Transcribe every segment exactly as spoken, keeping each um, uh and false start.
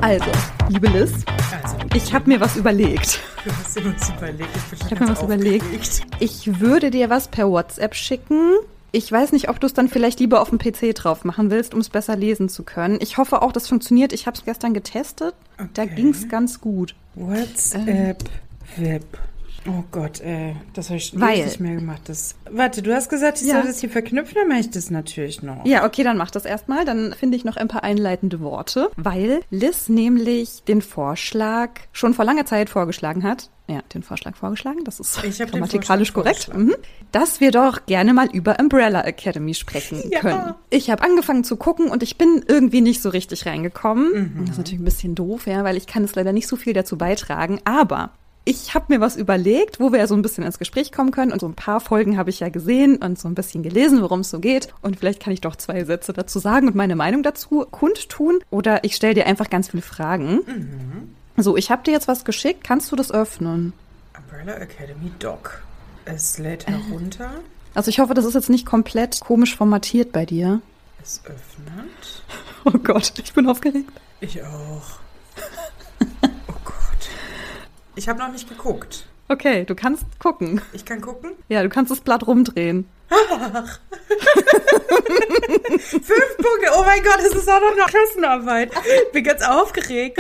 Also, liebe Liz, Also, ich habe mir was überlegt. du hast dir was überlegt. Ich bin schon Ich habe ganz mir was überlegt. aufgeregt. Ich würde dir was per WhatsApp schicken. Ich weiß nicht, ob du es dann vielleicht lieber auf dem P C drauf machen willst, um es besser lesen zu können. Ich hoffe auch, das funktioniert. Ich habe es gestern getestet. Da Okay. ging es ganz gut. WhatsApp Web. Oh Gott, äh, das habe ich schon Weil- nicht mehr gemacht. Das, warte, du hast gesagt, ich Ja. soll das hier verknüpfen, dann mache ich das natürlich noch. Ja, okay, dann mach das erstmal. Dann finde ich noch ein paar einleitende Worte, weil Liz nämlich den Vorschlag schon vor langer Zeit vorgeschlagen hat. Ja, den Vorschlag vorgeschlagen, das ist Ich hab den grammatikalisch Vorschlag korrekt. Mhm. Dass wir doch gerne mal über Umbrella Academy sprechen Ja. können. Ich habe angefangen zu gucken und ich bin irgendwie nicht so richtig reingekommen. Mhm. Das ist natürlich ein bisschen doof, ja, weil ich kann es leider nicht so viel dazu beitragen. Aber ich habe mir was überlegt, wo wir ja so ein bisschen ins Gespräch kommen können. Und so ein paar Folgen habe ich ja gesehen und so ein bisschen gelesen, worum es so geht. Und vielleicht kann ich doch zwei Sätze dazu sagen und meine Meinung dazu kundtun. Oder ich stelle dir einfach ganz viele Fragen. Mhm. So, ich habe dir jetzt was geschickt. Kannst du das öffnen? Umbrella Academy Doc. Es lädt herunter. Also ich hoffe, das ist jetzt nicht komplett komisch formatiert bei dir. Es öffnet. Oh Gott, ich bin aufgeregt. Ich auch. Oh Gott. Ich habe noch nicht geguckt. Okay, du kannst gucken. Ich kann gucken. Ja, du kannst das Blatt rumdrehen. Fünf Punkte. Oh mein Gott, es ist auch noch eine Klassenarbeit. Ich bin ganz aufgeregt.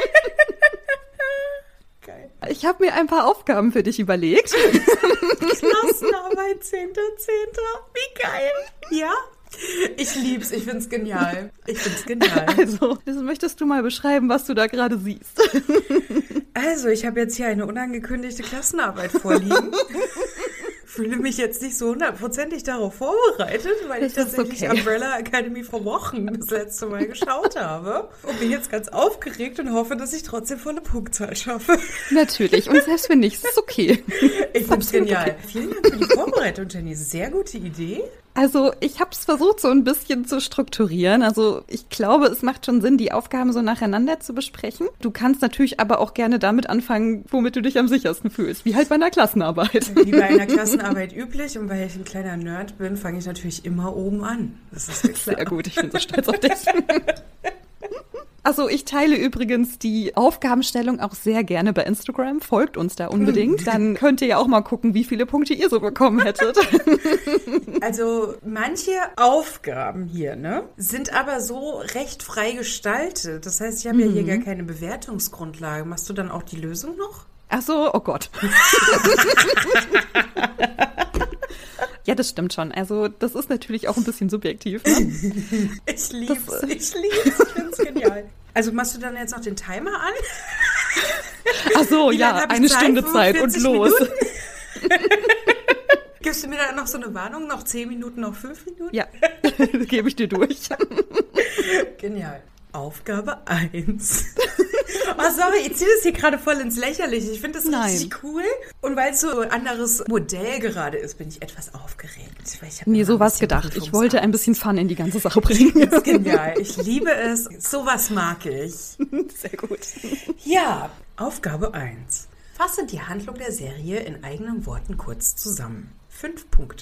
Geil. Ich habe mir ein paar Aufgaben für dich überlegt. Klassenarbeit, zehnter zehnter Wie geil. Ja? Ich lieb's. Ich find's genial. Ich find's genial. Also, das möchtest du mal beschreiben, was du da gerade siehst? Also, ich habe jetzt hier eine unangekündigte Klassenarbeit vorliegen. Fühle mich jetzt nicht so hundertprozentig darauf vorbereitet, weil ich Das ist tatsächlich okay. Umbrella Academy vor Wochen das letzte Mal geschaut habe. Und bin jetzt ganz aufgeregt und hoffe, dass ich trotzdem volle Punktzahl schaffe. Natürlich. Und selbst wenn nicht, ist es okay. Ich find's Absolut genial. Vielen Dank für die Vorbereitung, Jenny. Sehr gute Idee. Also, ich habe es versucht, so ein bisschen zu strukturieren. Also, ich glaube, es macht schon Sinn, die Aufgaben so nacheinander zu besprechen. Du kannst natürlich aber auch gerne damit anfangen, womit du dich am sichersten fühlst. Wie halt bei einer Klassenarbeit. Wie bei einer Klassenarbeit üblich und weil ich ein kleiner Nerd bin, fange ich natürlich immer oben an. Das ist ja klar. Sehr gut, ich bin so stolz auf dich. Also ich teile übrigens die Aufgabenstellung auch sehr gerne bei Instagram. Folgt uns da unbedingt. Dann könnt ihr ja auch mal gucken, wie viele Punkte ihr so bekommen hättet. Also manche Aufgaben hier, ne, sind aber so recht frei gestaltet. Das heißt, ich habe ja hier gar keine Bewertungsgrundlage. Machst du dann auch die Lösung noch? Ach so, oh Gott. Ja, das stimmt schon. Also das ist natürlich auch ein bisschen subjektiv. Ne? Ich lieb's, Das- ich lieb's, ich find's genial. Also machst du dann jetzt noch den Timer an? Ach so, Wie lange ja, hab ich eine Zeit? Stunde Zeit und fünfundvierzig los. Minuten? Gibst du mir dann noch so eine Warnung? Noch zehn Minuten, noch fünf Minuten? Ja, gebe ich dir durch. Genial. Aufgabe eins. Oh, sorry, ich ziehe das hier gerade voll ins Lächerliche. Ich finde das Nein. richtig cool. Und weil es so ein anderes Modell gerade ist, bin ich etwas aufgeregt. Weil ich hab mir Nee, mal so ein was bisschen gedacht. Ich Prüfungsangst. wollte ein bisschen Fun in die ganze Sache bringen. Das ist genial. Ich liebe es. Sowas mag ich. Sehr gut. Ja, Aufgabe eins. Fasse die Handlung der Serie in eigenen Worten kurz zusammen. Fünf Punkte.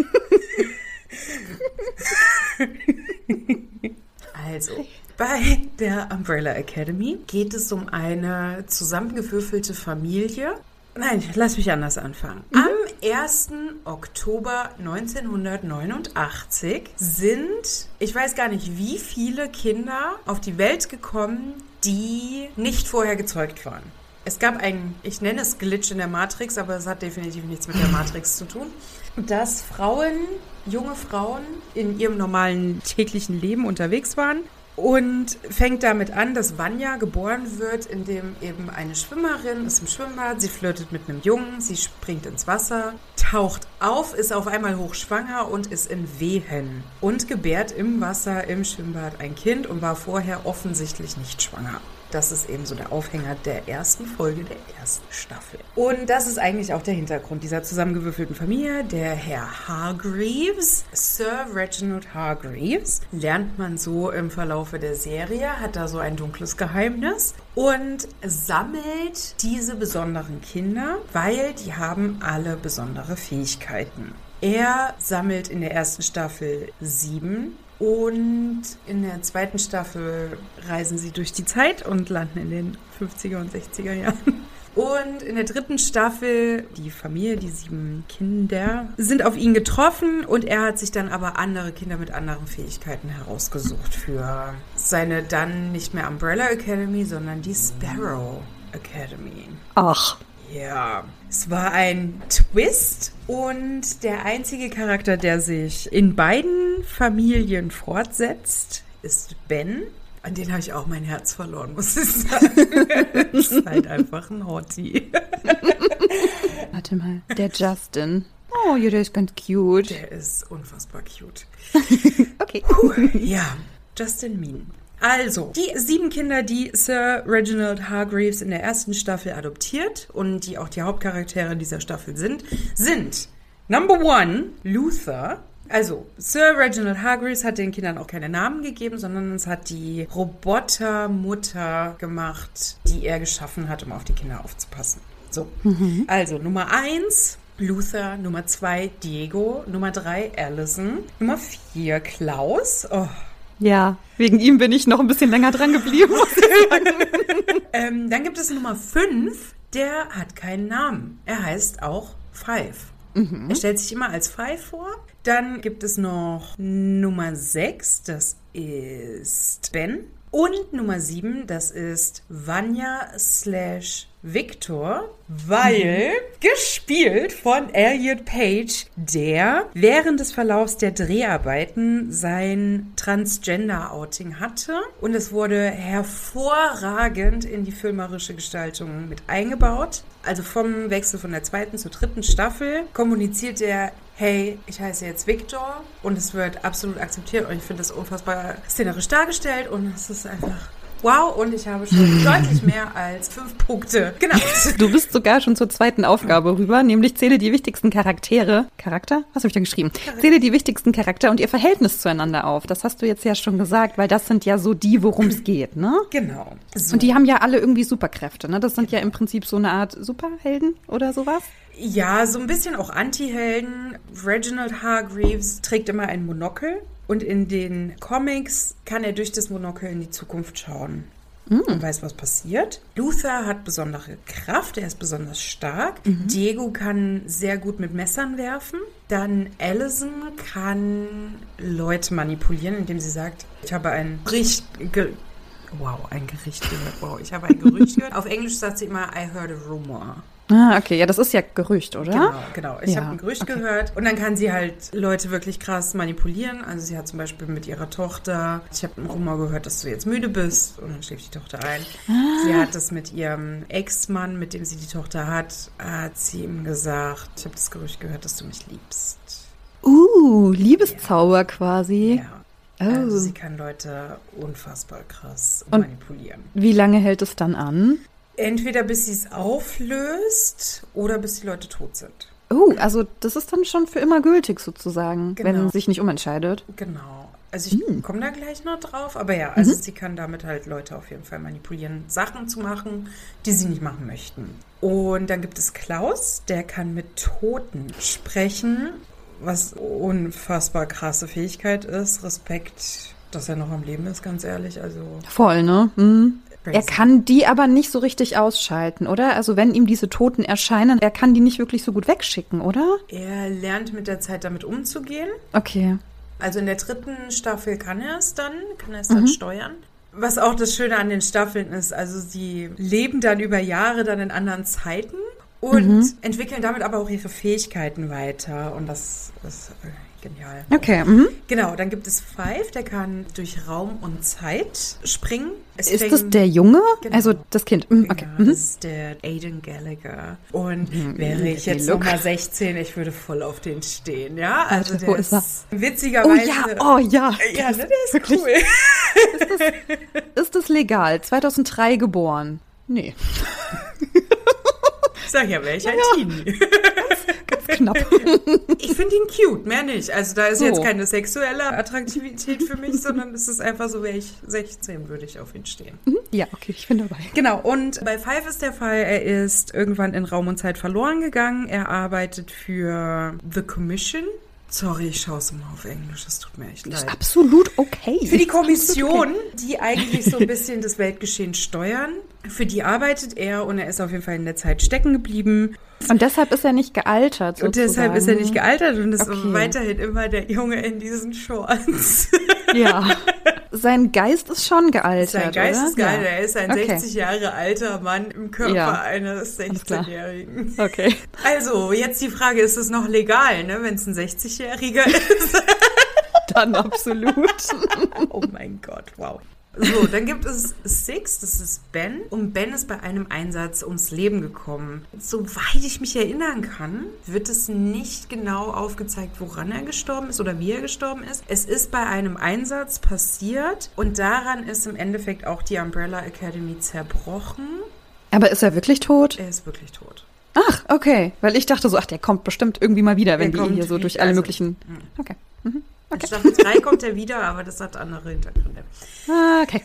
Also, bei der Umbrella Academy geht es um eine zusammengewürfelte Familie. Nein, lass mich anders anfangen. Am ersten Oktober neunzehnhundertneunundachtzig sind, ich weiß gar nicht, wie viele Kinder auf die Welt gekommen, die nicht vorher gezeugt waren. Es gab einen, ich nenne es Glitch in der Matrix, aber es hat definitiv nichts mit der Matrix zu tun, dass Frauen, junge Frauen in ihrem normalen täglichen Leben unterwegs waren. Und fängt damit an, dass Vanya geboren wird, indem eben eine Schwimmerin ist im Schwimmbad, sie flirtet mit einem Jungen, sie springt ins Wasser, taucht auf, ist auf einmal hochschwanger und ist in Wehen und gebärt im Wasser, im Schwimmbad ein Kind und war vorher offensichtlich nicht schwanger. Das ist eben so der Aufhänger der ersten Folge der ersten Staffel. Und das ist eigentlich auch der Hintergrund dieser zusammengewürfelten Familie. Der Herr Hargreaves, Sir Reginald Hargreaves, lernt man so im Verlaufe der Serie, hat da so ein dunkles Geheimnis und sammelt diese besonderen Kinder, weil die haben alle besondere Fähigkeiten. Er sammelt in der ersten Staffel sieben Und in der zweiten Staffel reisen sie durch die Zeit und landen in den fünfziger und sechziger Jahren. Und in der dritten Staffel, die Familie, die sieben Kinder, sind auf ihn getroffen und er hat sich dann aber andere Kinder mit anderen Fähigkeiten herausgesucht für seine dann nicht mehr Umbrella Academy, sondern die Sparrow Academy. Ach. Ja, es war ein Twist und der einzige Charakter, der sich in beiden Familien fortsetzt, ist Ben. An den habe ich auch mein Herz verloren, muss ich sagen. Das ist halt einfach ein Hottie. Warte mal, der Justin. Oh, ja, der ist ganz cute. Der ist unfassbar cute. Okay. Puh, ja, Justin Mean. Also, die sieben Kinder, die Sir Reginald Hargreaves in der ersten Staffel adoptiert und die auch die Hauptcharaktere dieser Staffel sind, sind Number One, Luther. Also, Sir Reginald Hargreaves hat den Kindern auch keine Namen gegeben, sondern es hat die Robotermutter gemacht, die er geschaffen hat, um auf die Kinder aufzupassen. So, mhm. Also Nummer eins, Luther, Nummer zwei, Diego, Nummer drei, Allison, Nummer vier, Klaus. Oh. Ja, wegen ihm bin ich noch ein bisschen länger dran geblieben, muss ich sagen. ähm, dann gibt es Nummer fünf, der hat keinen Namen. Er heißt auch Five. Mhm. Er stellt sich immer als Five vor. Dann gibt es noch Nummer sechs, das ist Ben. Und Nummer sieben, das ist Vanya slash Victor, weil mhm. gespielt von Elliot Page, der während des Verlaufs der Dreharbeiten sein Transgender-Outing hatte. Und es wurde hervorragend in die filmerische Gestaltung mit eingebaut. Also vom Wechsel von der zweiten zur dritten Staffel kommuniziert er, hey, ich heiße jetzt Victor und es wird absolut akzeptiert und ich finde das unfassbar szenerisch dargestellt und es ist einfach wow und ich habe schon deutlich mehr als fünf Punkte. Genau. Du bist sogar schon zur zweiten Aufgabe rüber, nämlich zähle die wichtigsten Charaktere. Charakter? Was habe ich da geschrieben? Charakter. Zähle die wichtigsten Charakter und ihr Verhältnis zueinander auf. Das hast du jetzt ja schon gesagt, weil das sind ja so die, worum es geht, ne? Genau. So. Und die haben ja alle irgendwie Superkräfte, ne? Das sind ja im Prinzip so eine Art Superhelden oder sowas. Ja, so ein bisschen auch Anti-Helden. Reginald Hargreaves trägt immer ein Monokel und in den Comics kann er durch das Monokel in die Zukunft schauen mm. und weiß, was passiert. Luther hat besondere Kraft, er ist besonders stark. Mhm. Diego kann sehr gut mit Messern werfen. Dann Allison kann Leute manipulieren, indem sie sagt, ich habe ein Gericht... Ge- wow, ein Gericht gehört. Wow, ich habe ein Gerücht gehört. Auf Englisch sagt sie immer, I heard a rumor. Ah, okay. Ja, das ist ja Gerücht, oder? Genau, genau. Ich ja, habe ein Gerücht okay. gehört. Und dann kann sie halt Leute wirklich krass manipulieren. Also sie hat zum Beispiel mit ihrer Tochter, ich habe einen Rumor gehört, dass du jetzt müde bist. Und dann schläft die Tochter ein. Ah. Sie hat das mit ihrem Ex-Mann, mit dem sie die Tochter hat, hat sie ihm gesagt, ich habe das Gerücht gehört, dass du mich liebst. Uh, Liebeszauber ja. quasi. Ja. Oh. Also sie kann Leute unfassbar krass Und manipulieren. Wie lange hält es dann an? Entweder bis sie es auflöst oder bis die Leute tot sind. Oh, also das ist dann schon für immer gültig sozusagen, genau. wenn sich nicht umentscheidet. Genau. Also ich hm. komme da gleich noch drauf. Aber ja, also mhm. sie kann damit halt Leute auf jeden Fall manipulieren, Sachen zu machen, die sie nicht machen möchten. Und dann gibt es Klaus, der kann mit Toten sprechen, was unfassbar krasse Fähigkeit ist. Respekt, dass er noch am Leben ist, ganz ehrlich. Also voll, ne? Mhm. Er kann die aber nicht so richtig ausschalten, oder? Also wenn ihm diese Toten erscheinen, er kann die nicht wirklich so gut wegschicken, oder? Er lernt mit der Zeit damit umzugehen. Okay. Also in der dritten Staffel kann er es dann, kann er es dann mhm. steuern. Was auch das Schöne an den Staffeln ist, also sie leben dann über Jahre dann in anderen Zeiten und mhm. entwickeln damit aber auch ihre Fähigkeiten weiter und das ist genial. Okay. Mhm. Genau, dann gibt es Five, der kann durch Raum und Zeit springen. Es ist fängt, das der Junge? Genau. Also das Kind? Mhm. Okay. Ja, das ist der Aidan Gallagher. Und mhm. wäre ich jetzt nochmal sechzehn, ich würde voll auf den stehen, ja? Also der Wo ist, er? witzigerweise... Oh ja, oh ja. Ja, ne, der ist wirklich cool. Ist das, ist das legal? zweitausenddrei geboren? Nee. Ich sag ja, wäre ich ein ja. Teenie. Ganz knapp. Ich finde ihn cute, mehr nicht. Also da ist so. jetzt keine sexuelle Attraktivität für mich, sondern es ist einfach so, wäre ich sechzehn, würde ich auf ihn stehen. Ja, okay, ich bin dabei. Genau, und bei Five ist der Fall, er ist irgendwann in Raum und Zeit verloren gegangen. Er arbeitet für The Commission. Sorry, ich schaue es immer auf Englisch, das tut mir echt leid. Das ist absolut okay. Für die Kommission, okay. die eigentlich so ein bisschen das Weltgeschehen steuern, für die arbeitet er und er ist auf jeden Fall in der Zeit stecken geblieben. Und deshalb ist er nicht gealtert, sozusagen. Und deshalb ist er nicht gealtert und ist okay. weiterhin immer der Junge in diesen Shorts. Ja. Sein Geist ist schon gealtert, Sein Geist oder? ist gealtert. Ja. Er ist ein okay. sechzig Jahre alter Mann im Körper ja. eines sechzehnjährigen. Okay. Also, jetzt die Frage, ist es noch legal, ne, wenn es ein sechzigjähriger ist? Dann absolut. Oh mein Gott, wow. So, dann gibt es Six, das ist Ben. Und Ben ist bei einem Einsatz ums Leben gekommen. Soweit ich mich erinnern kann, wird es nicht genau aufgezeigt, woran er gestorben ist oder wie er gestorben ist. Es ist bei einem Einsatz passiert und daran ist im Endeffekt auch die Umbrella Academy zerbrochen. Aber ist er wirklich tot? Er ist wirklich tot. Ach, okay. Weil ich dachte so, ach, der kommt bestimmt irgendwie mal wieder, wenn der die hier so durch alle also, möglichen... Okay. Mhm. Okay. In Staffel drei kommt er wieder, aber das hat andere Hintergründe. Ah, okay.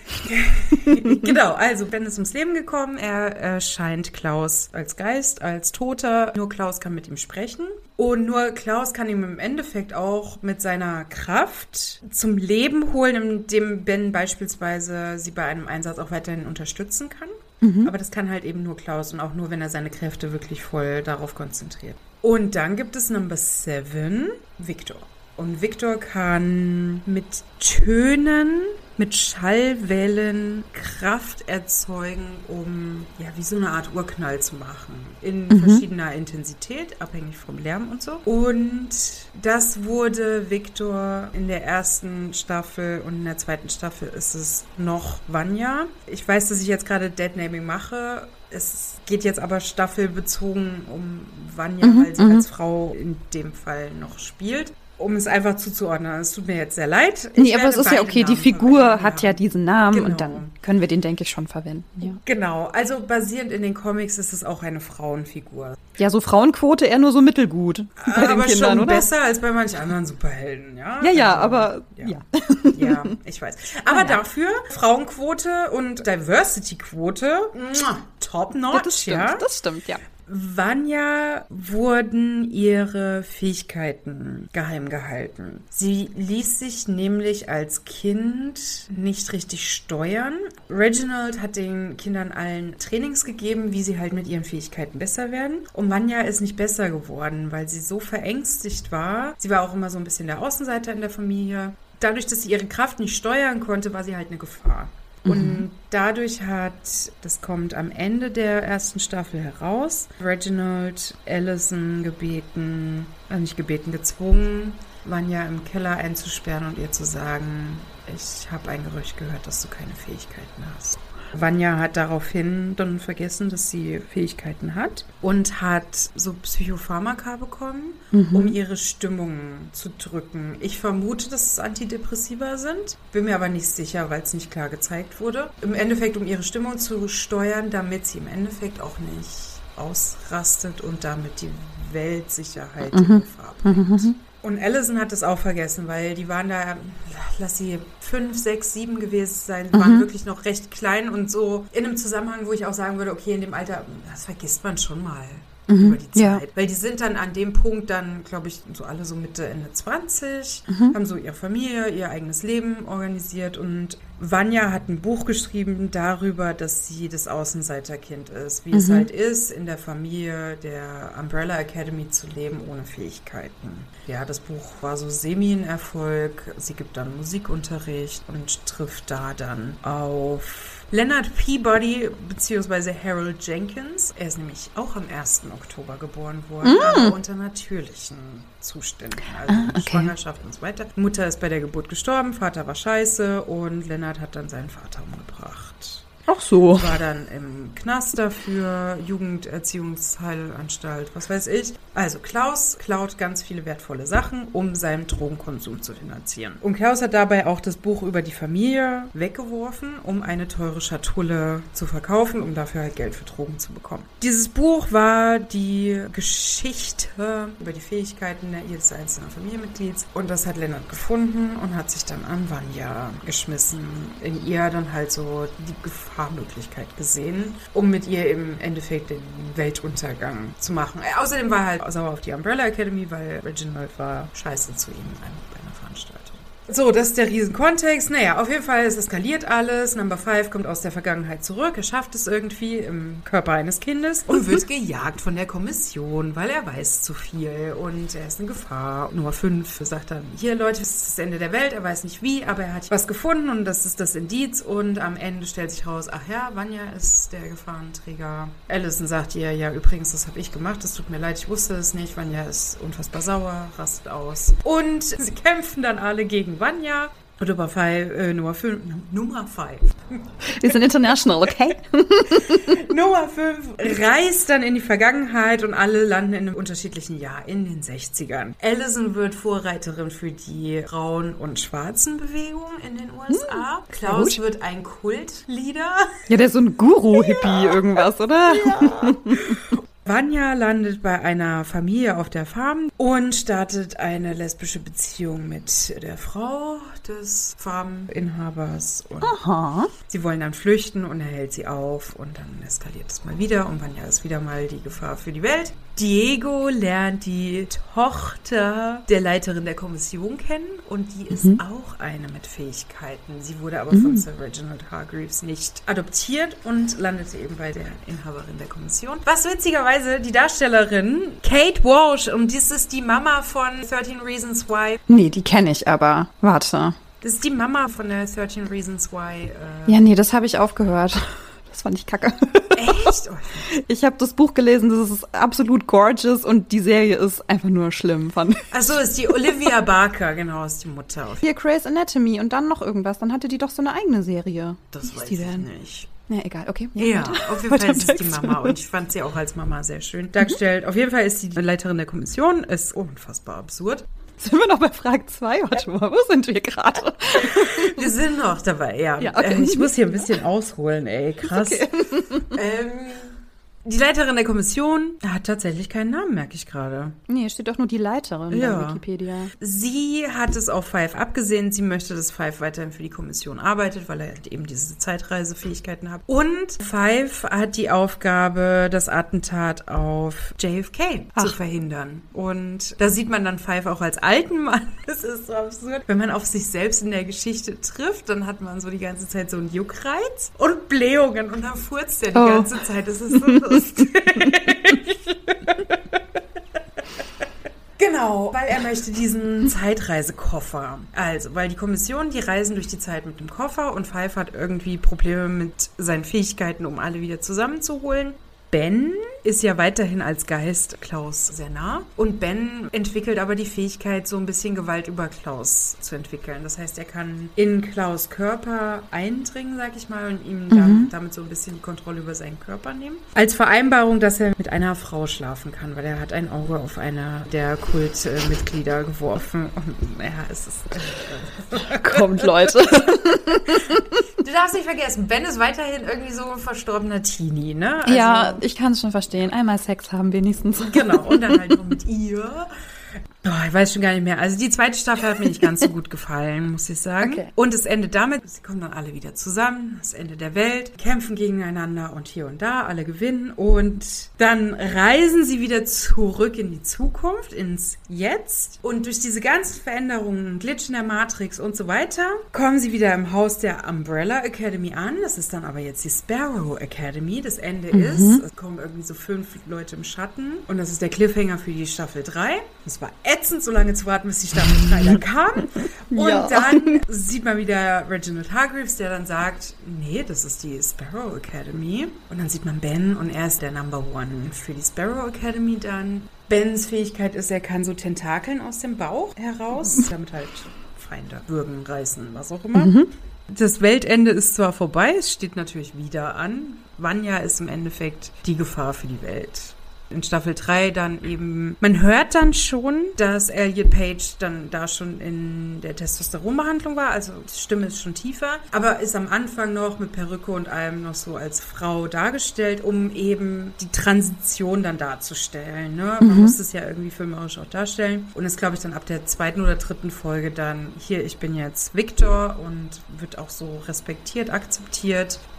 Genau, also Ben ist ums Leben gekommen. Er erscheint Klaus als Geist, als Toter. Nur Klaus kann mit ihm sprechen. Und nur Klaus kann ihm im Endeffekt auch mit seiner Kraft zum Leben holen, indem Ben beispielsweise sie bei einem Einsatz auch weiterhin unterstützen kann. Mhm. Aber das kann halt eben nur Klaus und auch nur, wenn er seine Kräfte wirklich voll darauf konzentriert. Und dann gibt es Number Seven, Victor. Und Victor kann mit Tönen, mit Schallwellen Kraft erzeugen, um ja wie so eine Art Urknall zu machen. In mhm. verschiedener Intensität, abhängig vom Lärm und so. Und das wurde Victor in der ersten Staffel und in der zweiten Staffel ist es noch Vanya. Ich weiß, dass ich jetzt gerade Deadnaming mache. Es geht jetzt aber staffelbezogen um Vanya, mhm. weil sie mhm. als Frau in dem Fall noch spielt. Um es einfach zuzuordnen. Es tut mir jetzt sehr leid. Ich nee, aber es ist ja okay, Namen die Figur verwenden. hat ja diesen Namen Genau. und dann können wir den, denke ich, schon verwenden. Ja. Genau, also basierend in den Comics ist es auch eine Frauenfigur. Ja, so Frauenquote eher nur so mittelgut bei aber den Kindern, schon oder? Besser als bei manch anderen Superhelden, ja? Ja, ja, also, aber ja. ja. Ja, ich weiß. Aber ja. dafür Frauenquote und Diversity-Quote, top notch, ja, das stimmt, ja? das stimmt, ja. Vanya wurden ihre Fähigkeiten geheim gehalten. Sie ließ sich nämlich als Kind nicht richtig steuern. Reginald hat den Kindern allen Trainings gegeben, wie sie halt mit ihren Fähigkeiten besser werden. Und Vanya ist nicht besser geworden, weil sie so verängstigt war. Sie war auch immer so ein bisschen der Außenseiter in der Familie. Dadurch, dass sie ihre Kraft nicht steuern konnte, war sie halt eine Gefahr. Und dadurch hat, das kommt am Ende der ersten Staffel heraus, Reginald Allison gebeten, also nicht gebeten, gezwungen, Vanya im Keller einzusperren und ihr zu sagen, ich habe ein Gerücht gehört, dass du keine Fähigkeiten hast. Vanya hat daraufhin dann vergessen, dass sie Fähigkeiten hat und hat so Psychopharmaka bekommen, mhm. um ihre Stimmung zu drücken. Ich vermute, dass es Antidepressiva sind, bin mir aber nicht sicher, weil es nicht klar gezeigt wurde. Im Endeffekt, um ihre Stimmung zu steuern, damit sie im Endeffekt auch nicht ausrastet und damit die Weltsicherheit mhm. in Gefahr bringt. Mhm. Und Allison hat es auch vergessen, weil die waren da, lass sie fünf, sechs, sieben gewesen sein, mhm. waren wirklich noch recht klein und so in einem Zusammenhang, wo ich auch sagen würde, okay, in dem Alter, das vergisst man schon mal mhm. über die Zeit. Ja. Weil die sind dann an dem Punkt dann, glaube ich, so alle so Mitte, Ende zwanzig, mhm. haben so ihre Familie, ihr eigenes Leben organisiert und Vanya hat ein Buch geschrieben darüber, dass sie das Außenseiterkind ist, wie mhm. es halt ist, in der Familie der Umbrella Academy zu leben ohne Fähigkeiten. Ja, das Buch war so semi ein Erfolg. Sie gibt dann Musikunterricht und trifft da dann auf Leonard Peabody bzw. Harold Jenkins. Er ist nämlich auch am ersten Oktober geboren worden, mm. aber unter natürlichen Zuständen, also ah, okay. Schwangerschaft und so weiter. Mutter ist bei der Geburt gestorben, Vater war scheiße und Leonard hat dann seinen Vater umgebracht. Ach so. War dann im Knast dafür, Jugenderziehungsheilanstalt, was weiß ich. Also Klaus klaut ganz viele wertvolle Sachen, um seinen Drogenkonsum zu finanzieren. Und Klaus hat dabei auch das Buch über die Familie weggeworfen, um eine teure Schatulle zu verkaufen, um dafür halt Geld für Drogen zu bekommen. Dieses Buch war die Geschichte über die Fähigkeiten jedes einzelnen Familienmitglieds. Und das hat Leonard gefunden und hat sich dann an Vanya geschmissen. In ihr dann halt so die Gefahr Paarmöglichkeit gesehen, um mit ihr im Endeffekt den Weltuntergang zu machen. Äh, außerdem war er halt sauer auf die Umbrella Academy, weil Reginald war scheiße zu ihm bei einer Veranstaltung. So, das ist der Riesenkontext. Naja, auf jeden Fall, es eskaliert alles. Number five kommt aus der Vergangenheit zurück. Er schafft es irgendwie im Körper eines Kindes und wird gejagt von der Kommission, weil er weiß zu viel und er ist eine Gefahr. Nummer fünf sagt dann, hier Leute, es ist das Ende der Welt. Er weiß nicht wie, aber er hat was gefunden und das ist das Indiz. Und am Ende stellt sich raus, ach ja, Vanya ist der Gefahrenträger. Allison sagt ihr, ja übrigens, das habe ich gemacht. Es tut mir leid, ich wusste es nicht. Vanya ist unfassbar sauer, rastet aus. Und sie kämpfen dann alle gegen Vanya. Und Nummer five, äh, Nummer fünf, Nummer five. Wir sind international, okay? Nummer fünf reist dann in die Vergangenheit und alle landen in einem unterschiedlichen Jahr, in den sechzigern. Allison wird Vorreiterin für die Frauen- und Schwarzen-Bewegung in den U S A. Hm, Klaus wird ein Kultleader. Ja, der ist so ein Guru-Hippie ja. irgendwas, oder? Ja. Vanya landet bei einer Familie auf der Farm und startet eine lesbische Beziehung mit der Frau des Farminhabers. Und Aha. Sie wollen dann flüchten und er hält sie auf und dann eskaliert es mal wieder und Vanya ist wieder mal die Gefahr für die Welt. Diego lernt die Tochter der Leiterin der Kommission kennen und die ist mhm. auch eine mit Fähigkeiten. Sie wurde aber mhm. von Sir Reginald Hargreaves nicht adoptiert und landete eben bei der Inhaberin der Kommission. Was witzigerweise die Darstellerin Kate Walsh, und das ist die Mama von thirteen Reasons Why. Nee, die kenne ich aber. Warte. Das ist die Mama von der thirteen Reasons Why. Äh ja, nee, das habe ich aufgehört. Das fand ich kacke. Echt? Ich habe das Buch gelesen, das ist absolut gorgeous und die Serie ist einfach nur schlimm, fand ich. Ach so, ist die Olivia Barker, genau, ist die Mutter. Hier Grey's Anatomy und dann noch irgendwas, dann hatte die doch so eine eigene Serie. Das weiß ich denn? nicht. Ja, egal, okay. Ja, ja auf jeden Fall ist es die Mama und ich fand sie auch als Mama sehr schön dargestellt. Mhm. Auf jeden Fall ist sie die Leiterin der Kommission, ist unfassbar absurd. Sind wir noch bei Frage zwei? Warte mal, wo sind wir gerade? Wir sind noch dabei, ja. ja okay. äh, ich muss hier ein bisschen ausholen, ey, krass. Okay. ähm, die Leiterin der Kommission hat tatsächlich keinen Namen, merke ich gerade. Nee, steht doch nur die Leiterin ja. bei Wikipedia. Sie hat es auf Five abgesehen. Sie möchte, dass Five weiterhin für die Kommission arbeitet, weil er halt eben diese Zeitreisefähigkeiten hat. Und Five hat die Aufgabe, das Attentat auf J F K Ach. zu verhindern. Und da sieht man dann Five auch als alten Mann. Das ist so absurd. Wenn man auf sich selbst in der Geschichte trifft, dann hat man so die ganze Zeit so einen Juckreiz und Blähungen und dann furzt er die oh. ganze Zeit. Das ist so lustig. Genau, weil er möchte diesen Zeitreisekoffer. Also, weil die Kommission, die reisen durch die Zeit mit dem Koffer und Five hat irgendwie Probleme mit seinen Fähigkeiten, um alle wieder zusammenzuholen. Ben ist ja weiterhin als Geist Klaus sehr nah. Und Ben entwickelt aber die Fähigkeit, so ein bisschen Gewalt über Klaus zu entwickeln. Das heißt, er kann in Klaus' Körper eindringen, sag ich mal, und ihm mhm. damit so ein bisschen die Kontrolle über seinen Körper nehmen. Als Vereinbarung, dass er mit einer Frau schlafen kann, weil er hat ein Auge auf einer der Kultmitglieder geworfen. Und ja, es ist... Äh, Kommt, Leute. Du darfst nicht vergessen, Ben ist weiterhin irgendwie so ein verstorbener Teenie, ne? Also, ja, ich kann es schon verstehen. Einmal Sex haben wenigstens. Genau, und dann halt nur mit ihr. Oh, ich weiß schon gar nicht mehr. Also die zweite Staffel hat mir nicht ganz so gut gefallen, muss ich sagen. Okay. Und es endet damit, sie kommen dann alle wieder zusammen, das Ende der Welt, kämpfen gegeneinander und hier und da, alle gewinnen. Und dann reisen sie wieder zurück in die Zukunft, ins Jetzt. Und durch diese ganzen Veränderungen, Glitch in der Matrix und so weiter, kommen sie wieder im Haus der Umbrella Academy an. Das ist dann aber jetzt die Sparrow Academy. Das Ende mhm. ist, es kommen irgendwie so fünf Leute im Schatten. Und das ist der Cliffhanger für die Staffel drei. Das war ätzend, so lange zu warten, bis die Staffel drei dann kam. Und ja. dann sieht man wieder Reginald Hargreaves, der dann sagt, nee, das ist die Sparrow Academy. Und dann sieht man Ben und er ist der Number One für die Sparrow Academy dann. Bens Fähigkeit ist, er kann so Tentakeln aus dem Bauch heraus, damit halt Feinde würgen, reißen, was auch immer. Mhm. Das Weltende ist zwar vorbei, es steht natürlich wieder an. Vanya ist im Endeffekt die Gefahr für die Welt. In Staffel drei dann eben, man hört dann schon, dass Elliot Page dann da schon in der Testosteronbehandlung war, also die Stimme ist schon tiefer, aber ist am Anfang noch mit Perücke und allem noch so als Frau dargestellt, um eben die Transition dann darzustellen. Ne? Man mhm. muss es ja irgendwie filmerisch auch darstellen und ist, glaube ich, dann ab der zweiten oder dritten Folge dann, hier, ich bin jetzt Victor und wird auch so respektiert, akzeptiert.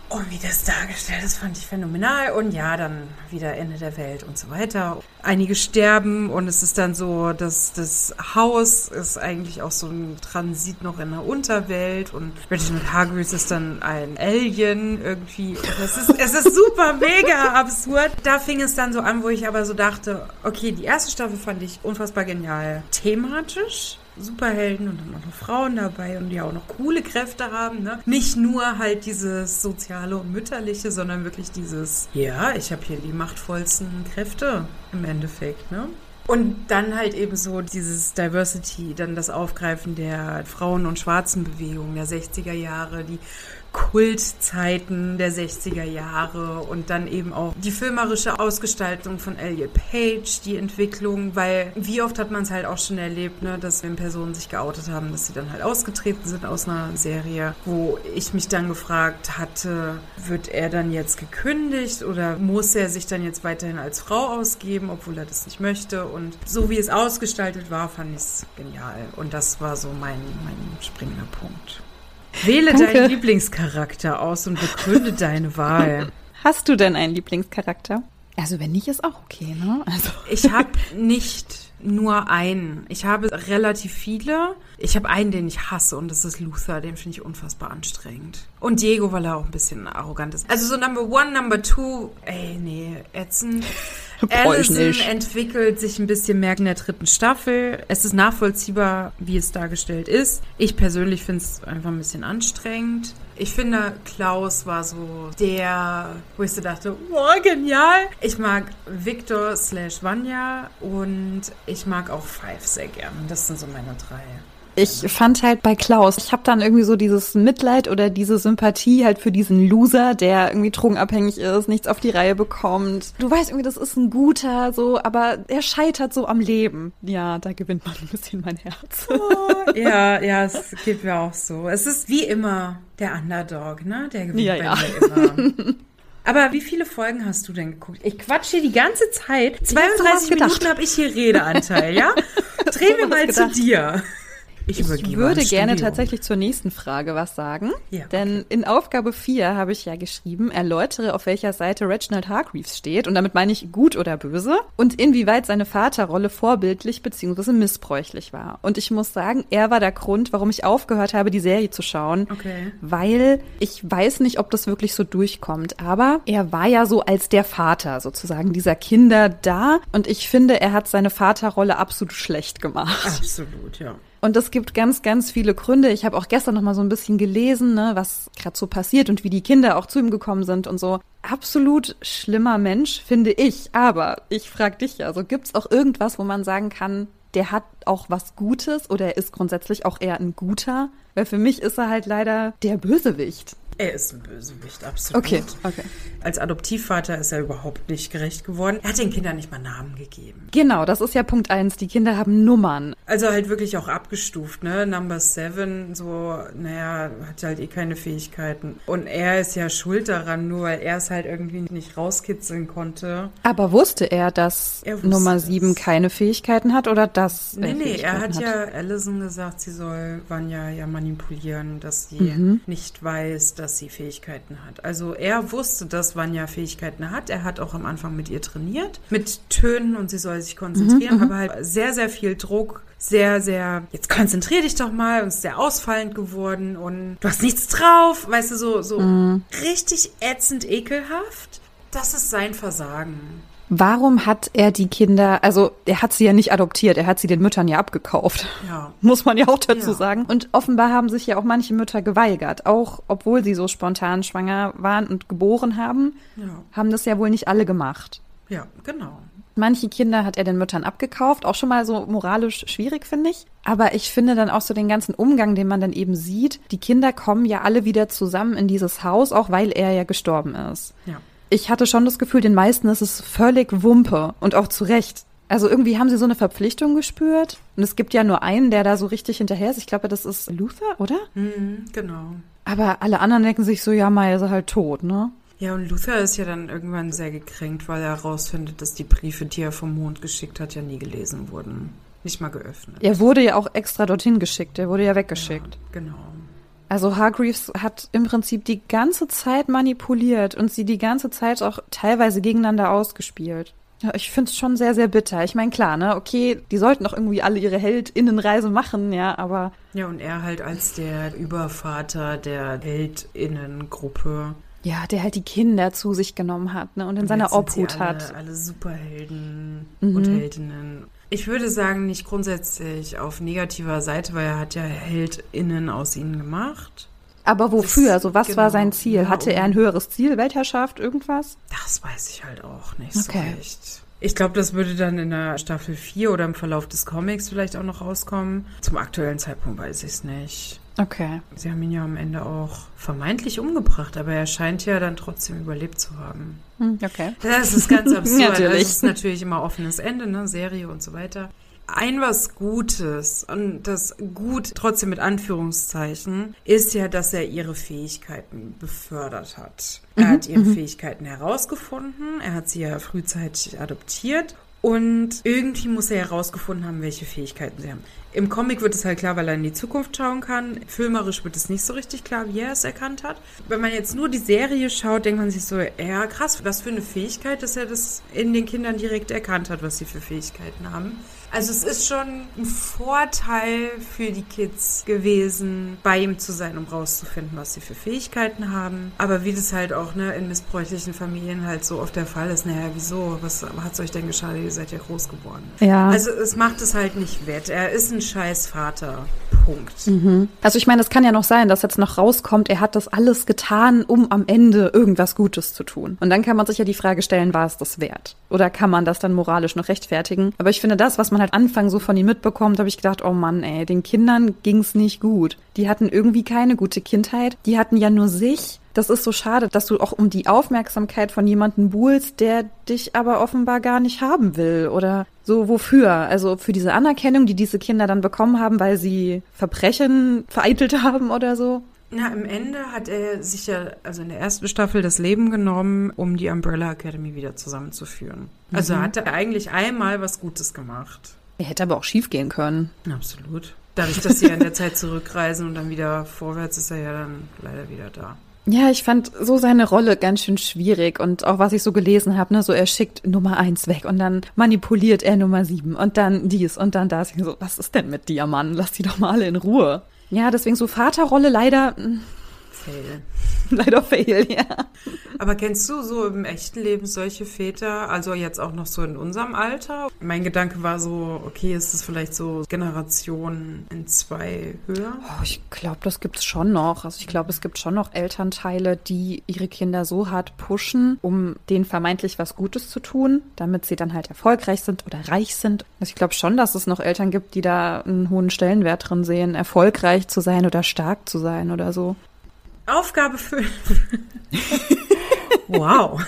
Und wie das dargestellt ist, fand ich phänomenal. Und ja, dann wieder Ende der Welt und so weiter. Einige sterben und es ist dann so, dass das Haus ist eigentlich auch so ein Transit noch in der Unterwelt. Und Reginald Hargreaves ist dann ein Alien irgendwie. Das ist, es ist super mega absurd. Da fing es dann so an, wo ich aber so dachte, okay, die erste Staffel fand ich unfassbar genial thematisch. Superhelden und dann auch noch Frauen dabei und die auch noch coole Kräfte haben, ne? Nicht nur halt dieses Soziale und Mütterliche, sondern wirklich dieses, ja, ich habe hier die machtvollsten Kräfte im Endeffekt, ne? Und dann halt eben so dieses Diversity, dann das Aufgreifen der Frauen- und Schwarzenbewegung der sechziger Jahre, die Kultzeiten der sechziger Jahre und dann eben auch die filmerische Ausgestaltung von Elliot Page, die Entwicklung, weil wie oft hat man es halt auch schon erlebt, ne, dass wenn Personen sich geoutet haben, dass sie dann halt ausgetreten sind aus einer Serie, wo ich mich dann gefragt hatte, wird er dann jetzt gekündigt oder muss er sich dann jetzt weiterhin als Frau ausgeben, obwohl er das nicht möchte, und so wie es ausgestaltet war, fand ich es genial und das war so mein, mein springender Punkt. Wähle Danke. Deinen Lieblingscharakter aus und begründe deine Wahl. Hast du denn einen Lieblingscharakter? Also wenn nicht, ist auch okay, ne? Also. Ich habe nicht nur einen. Ich habe relativ viele. Ich habe einen, den ich hasse und das ist Luther. Den finde ich unfassbar anstrengend. Und Diego, weil er auch ein bisschen arrogant ist. Also so Number One, Number Two, ey, nee, ätzend. Allison entwickelt sich ein bisschen mehr in der dritten Staffel. Es ist nachvollziehbar, wie es dargestellt ist. Ich persönlich finde es einfach ein bisschen anstrengend. Ich finde, Klaus war so der, wo ich so dachte, wow, genial. Ich mag Victor slash Vanya und ich mag auch Five sehr gern. Das sind so meine drei. Ich fand halt bei Klaus, ich habe dann irgendwie so dieses Mitleid oder diese Sympathie halt für diesen Loser, der irgendwie drogenabhängig ist, nichts auf die Reihe bekommt. Du weißt irgendwie, das ist ein guter, so, aber er scheitert so am Leben. Ja, da gewinnt man ein bisschen mein Herz. Oh, ja, ja, es geht mir auch so. Es ist wie immer der Underdog, ne? Der gewinnt ja, bei ja. mir immer. Aber wie viele Folgen hast du denn geguckt? Ich quatsch hier die ganze Zeit. zweiunddreißig Minuten habe ich hier Redeanteil, ja? Drehen wir mal zu dir. Ich, ich würde gerne tatsächlich zur nächsten Frage was sagen, ja, okay. Denn in Aufgabe vier habe ich ja geschrieben, erläutere, auf welcher Seite Reginald Hargreaves steht, und damit meine ich gut oder böse, und inwieweit seine Vaterrolle vorbildlich bzw. missbräuchlich war. Und ich muss sagen, er war der Grund, warum ich aufgehört habe, die Serie zu schauen, okay. Weil ich weiß nicht, ob das wirklich so durchkommt, aber er war ja so als der Vater sozusagen dieser Kinder da, und ich finde, er hat seine Vaterrolle absolut schlecht gemacht. Absolut, ja. Und es gibt ganz, ganz viele Gründe. Ich habe auch gestern noch mal so ein bisschen gelesen, ne, was gerade so passiert und wie die Kinder auch zu ihm gekommen sind und so. Absolut schlimmer Mensch, finde ich. Aber ich frage dich ja, also gibt's auch irgendwas, wo man sagen kann, der hat auch was Gutes oder er ist grundsätzlich auch eher ein Guter? Weil für mich ist er halt leider der Bösewicht. Er ist ein Bösewicht, absolut. Okay, okay. Als Adoptivvater ist er überhaupt nicht gerecht geworden. Er hat den Kindern nicht mal Namen gegeben. Genau, das ist ja Punkt eins. Die Kinder haben Nummern. Also halt wirklich auch abgestuft, ne? Number Seven, so, naja, hat halt eh keine Fähigkeiten. Und er ist ja schuld daran, nur weil er es halt irgendwie nicht rauskitzeln konnte. Aber wusste er, dass er wusste Nummer das. sieben keine Fähigkeiten hat oder dass Nee, nee, er hat, hat ja Allison gesagt, sie soll Vanya ja manipulieren, dass sie mhm. nicht weiß, dass sie Fähigkeiten hat. Also er wusste, dass Vanya Fähigkeiten hat. Er hat auch am Anfang mit ihr trainiert, mit Tönen, und sie soll sich konzentrieren, mhm, aber halt sehr, sehr viel Druck, sehr, sehr, jetzt konzentrier dich doch mal, und ist sehr ausfallend geworden und du hast nichts drauf, weißt du, so, so mhm. richtig ätzend ekelhaft. Das ist sein Versagen. Warum hat er die Kinder, also er hat sie ja nicht adoptiert, er hat sie den Müttern ja abgekauft. Ja. Muss man ja auch dazu ja. sagen. Und offenbar haben sich ja auch manche Mütter geweigert, auch obwohl sie so spontan schwanger waren und geboren haben, ja. haben das ja wohl nicht alle gemacht. Ja, genau. Manche Kinder hat er den Müttern abgekauft, auch schon mal so moralisch schwierig, finde ich. Aber ich finde dann auch so den ganzen Umgang, den man dann eben sieht, die Kinder kommen ja alle wieder zusammen in dieses Haus, auch weil er ja gestorben ist. Ja. Ich hatte schon das Gefühl, den meisten ist es völlig Wumpe und auch zu Recht. Also irgendwie haben sie so eine Verpflichtung gespürt. Und es gibt ja nur einen, der da so richtig hinterher ist. Ich glaube, das ist Luther, oder? Mhm, genau. Aber alle anderen denken sich so, ja, mal ist er halt tot, ne? Ja, und Luther ist ja dann irgendwann sehr gekränkt, weil er herausfindet, dass die Briefe, die er vom Mond geschickt hat, ja nie gelesen wurden. Nicht mal geöffnet. Er wurde ja auch extra dorthin geschickt. Er wurde ja weggeschickt. Ja, genau. Also Hargreaves hat im Prinzip die ganze Zeit manipuliert und sie die ganze Zeit auch teilweise gegeneinander ausgespielt. Ja, ich finde es schon sehr, sehr bitter. Ich meine, klar, ne, okay, die sollten doch irgendwie alle ihre HeldInnenreise machen, ja, aber... Ja, und er halt als der Übervater der HeldInnengruppe. Ja, der halt die Kinder zu sich genommen hat, ne, und in seiner Obhut alle, hat. alle Superhelden Mhm. und Heldinnen. Ich würde sagen, nicht grundsätzlich auf negativer Seite, weil er hat ja HeldInnen aus ihnen gemacht. Aber wofür? Also was genau, war sein Ziel? ja, Hatte er ein höheres Ziel, Weltherrschaft, irgendwas? Das weiß ich halt auch nicht Okay. so recht. Ich glaube, das würde dann in der Staffel vier oder im Verlauf des Comics vielleicht auch noch rauskommen. Zum aktuellen Zeitpunkt weiß ich es nicht. Okay. Sie haben ihn ja am Ende auch vermeintlich umgebracht, aber er scheint ja dann trotzdem überlebt zu haben. Hm, okay. Das ist ganz absurd. Natürlich. Also es ist natürlich immer offenes Ende, ne? Serie und so weiter. Ein was Gutes, und das gut trotzdem mit Anführungszeichen, ist ja, dass er ihre Fähigkeiten befördert hat. Er Mhm, hat ihre mhm. Fähigkeiten herausgefunden, er hat sie ja frühzeitig adoptiert und irgendwie muss er herausgefunden haben, welche Fähigkeiten sie haben. Im Comic wird es halt klar, weil er in die Zukunft schauen kann. Filmerisch wird es nicht so richtig klar, wie er es erkannt hat. Wenn man jetzt nur die Serie schaut, denkt man sich so, ja krass, was für eine Fähigkeit, dass er das in den Kindern direkt erkannt hat, was sie für Fähigkeiten haben. Also es ist schon ein Vorteil für die Kids gewesen, bei ihm zu sein, um rauszufinden, was sie für Fähigkeiten haben. Aber wie das halt auch ne, in missbräuchlichen Familien halt so oft der Fall ist, naja, wieso? Was hat's euch denn geschadet? Ihr seid ja groß geworden. Ja. Also es macht es halt nicht wett. Er ist ein scheiß Vater. Punkt. Mhm. Also ich meine, es kann ja noch sein, dass jetzt noch rauskommt, er hat das alles getan, um am Ende irgendwas Gutes zu tun. Und dann kann man sich ja die Frage stellen, war es das wert? Oder kann man das dann moralisch noch rechtfertigen? Aber ich finde, das, was man halt Anfang so von ihm mitbekommt, habe ich gedacht, oh Mann, ey, den Kindern ging's nicht gut. Die hatten irgendwie keine gute Kindheit. Die hatten ja nur sich. Das ist so schade, dass du auch um die Aufmerksamkeit von jemandem buhlst, der dich aber offenbar gar nicht haben will. Oder so, wofür? Also für diese Anerkennung, die diese Kinder dann bekommen haben, weil sie Verbrechen vereitelt haben oder so? Na, am Ende hat er sich ja, also in der ersten Staffel, das Leben genommen, um die Umbrella Academy wieder zusammenzuführen. Also Mhm. hat er eigentlich einmal was Gutes gemacht. Er hätte aber auch schief gehen können. Absolut. Dadurch, dass sie ja in der Zeit zurückreisen und dann wieder vorwärts, ist er ja dann leider wieder da. Ja, ich fand so seine Rolle ganz schön schwierig und auch was ich so gelesen habe, ne, so er schickt Nummer eins weg und dann manipuliert er Nummer sieben und dann dies und dann das. Ich so, was ist denn mit dir, Mann? Lass die doch mal alle in Ruhe. Ja, deswegen so Vaterrolle leider, mh, Fail. leider fail, ja. Aber kennst du so im echten Leben solche Väter, also jetzt auch noch so in unserem Alter? Mein Gedanke war so, okay, ist das vielleicht so Generation in zwei höher? Oh, ich glaube, das gibt's schon noch. Also ich glaube, es gibt schon noch Elternteile, die ihre Kinder so hart pushen, um denen vermeintlich was Gutes zu tun, damit sie dann halt erfolgreich sind oder reich sind. Also ich glaube schon, dass es noch Eltern gibt, die da einen hohen Stellenwert drin sehen, erfolgreich zu sein oder stark zu sein oder so. Aufgabe fünf. Wow.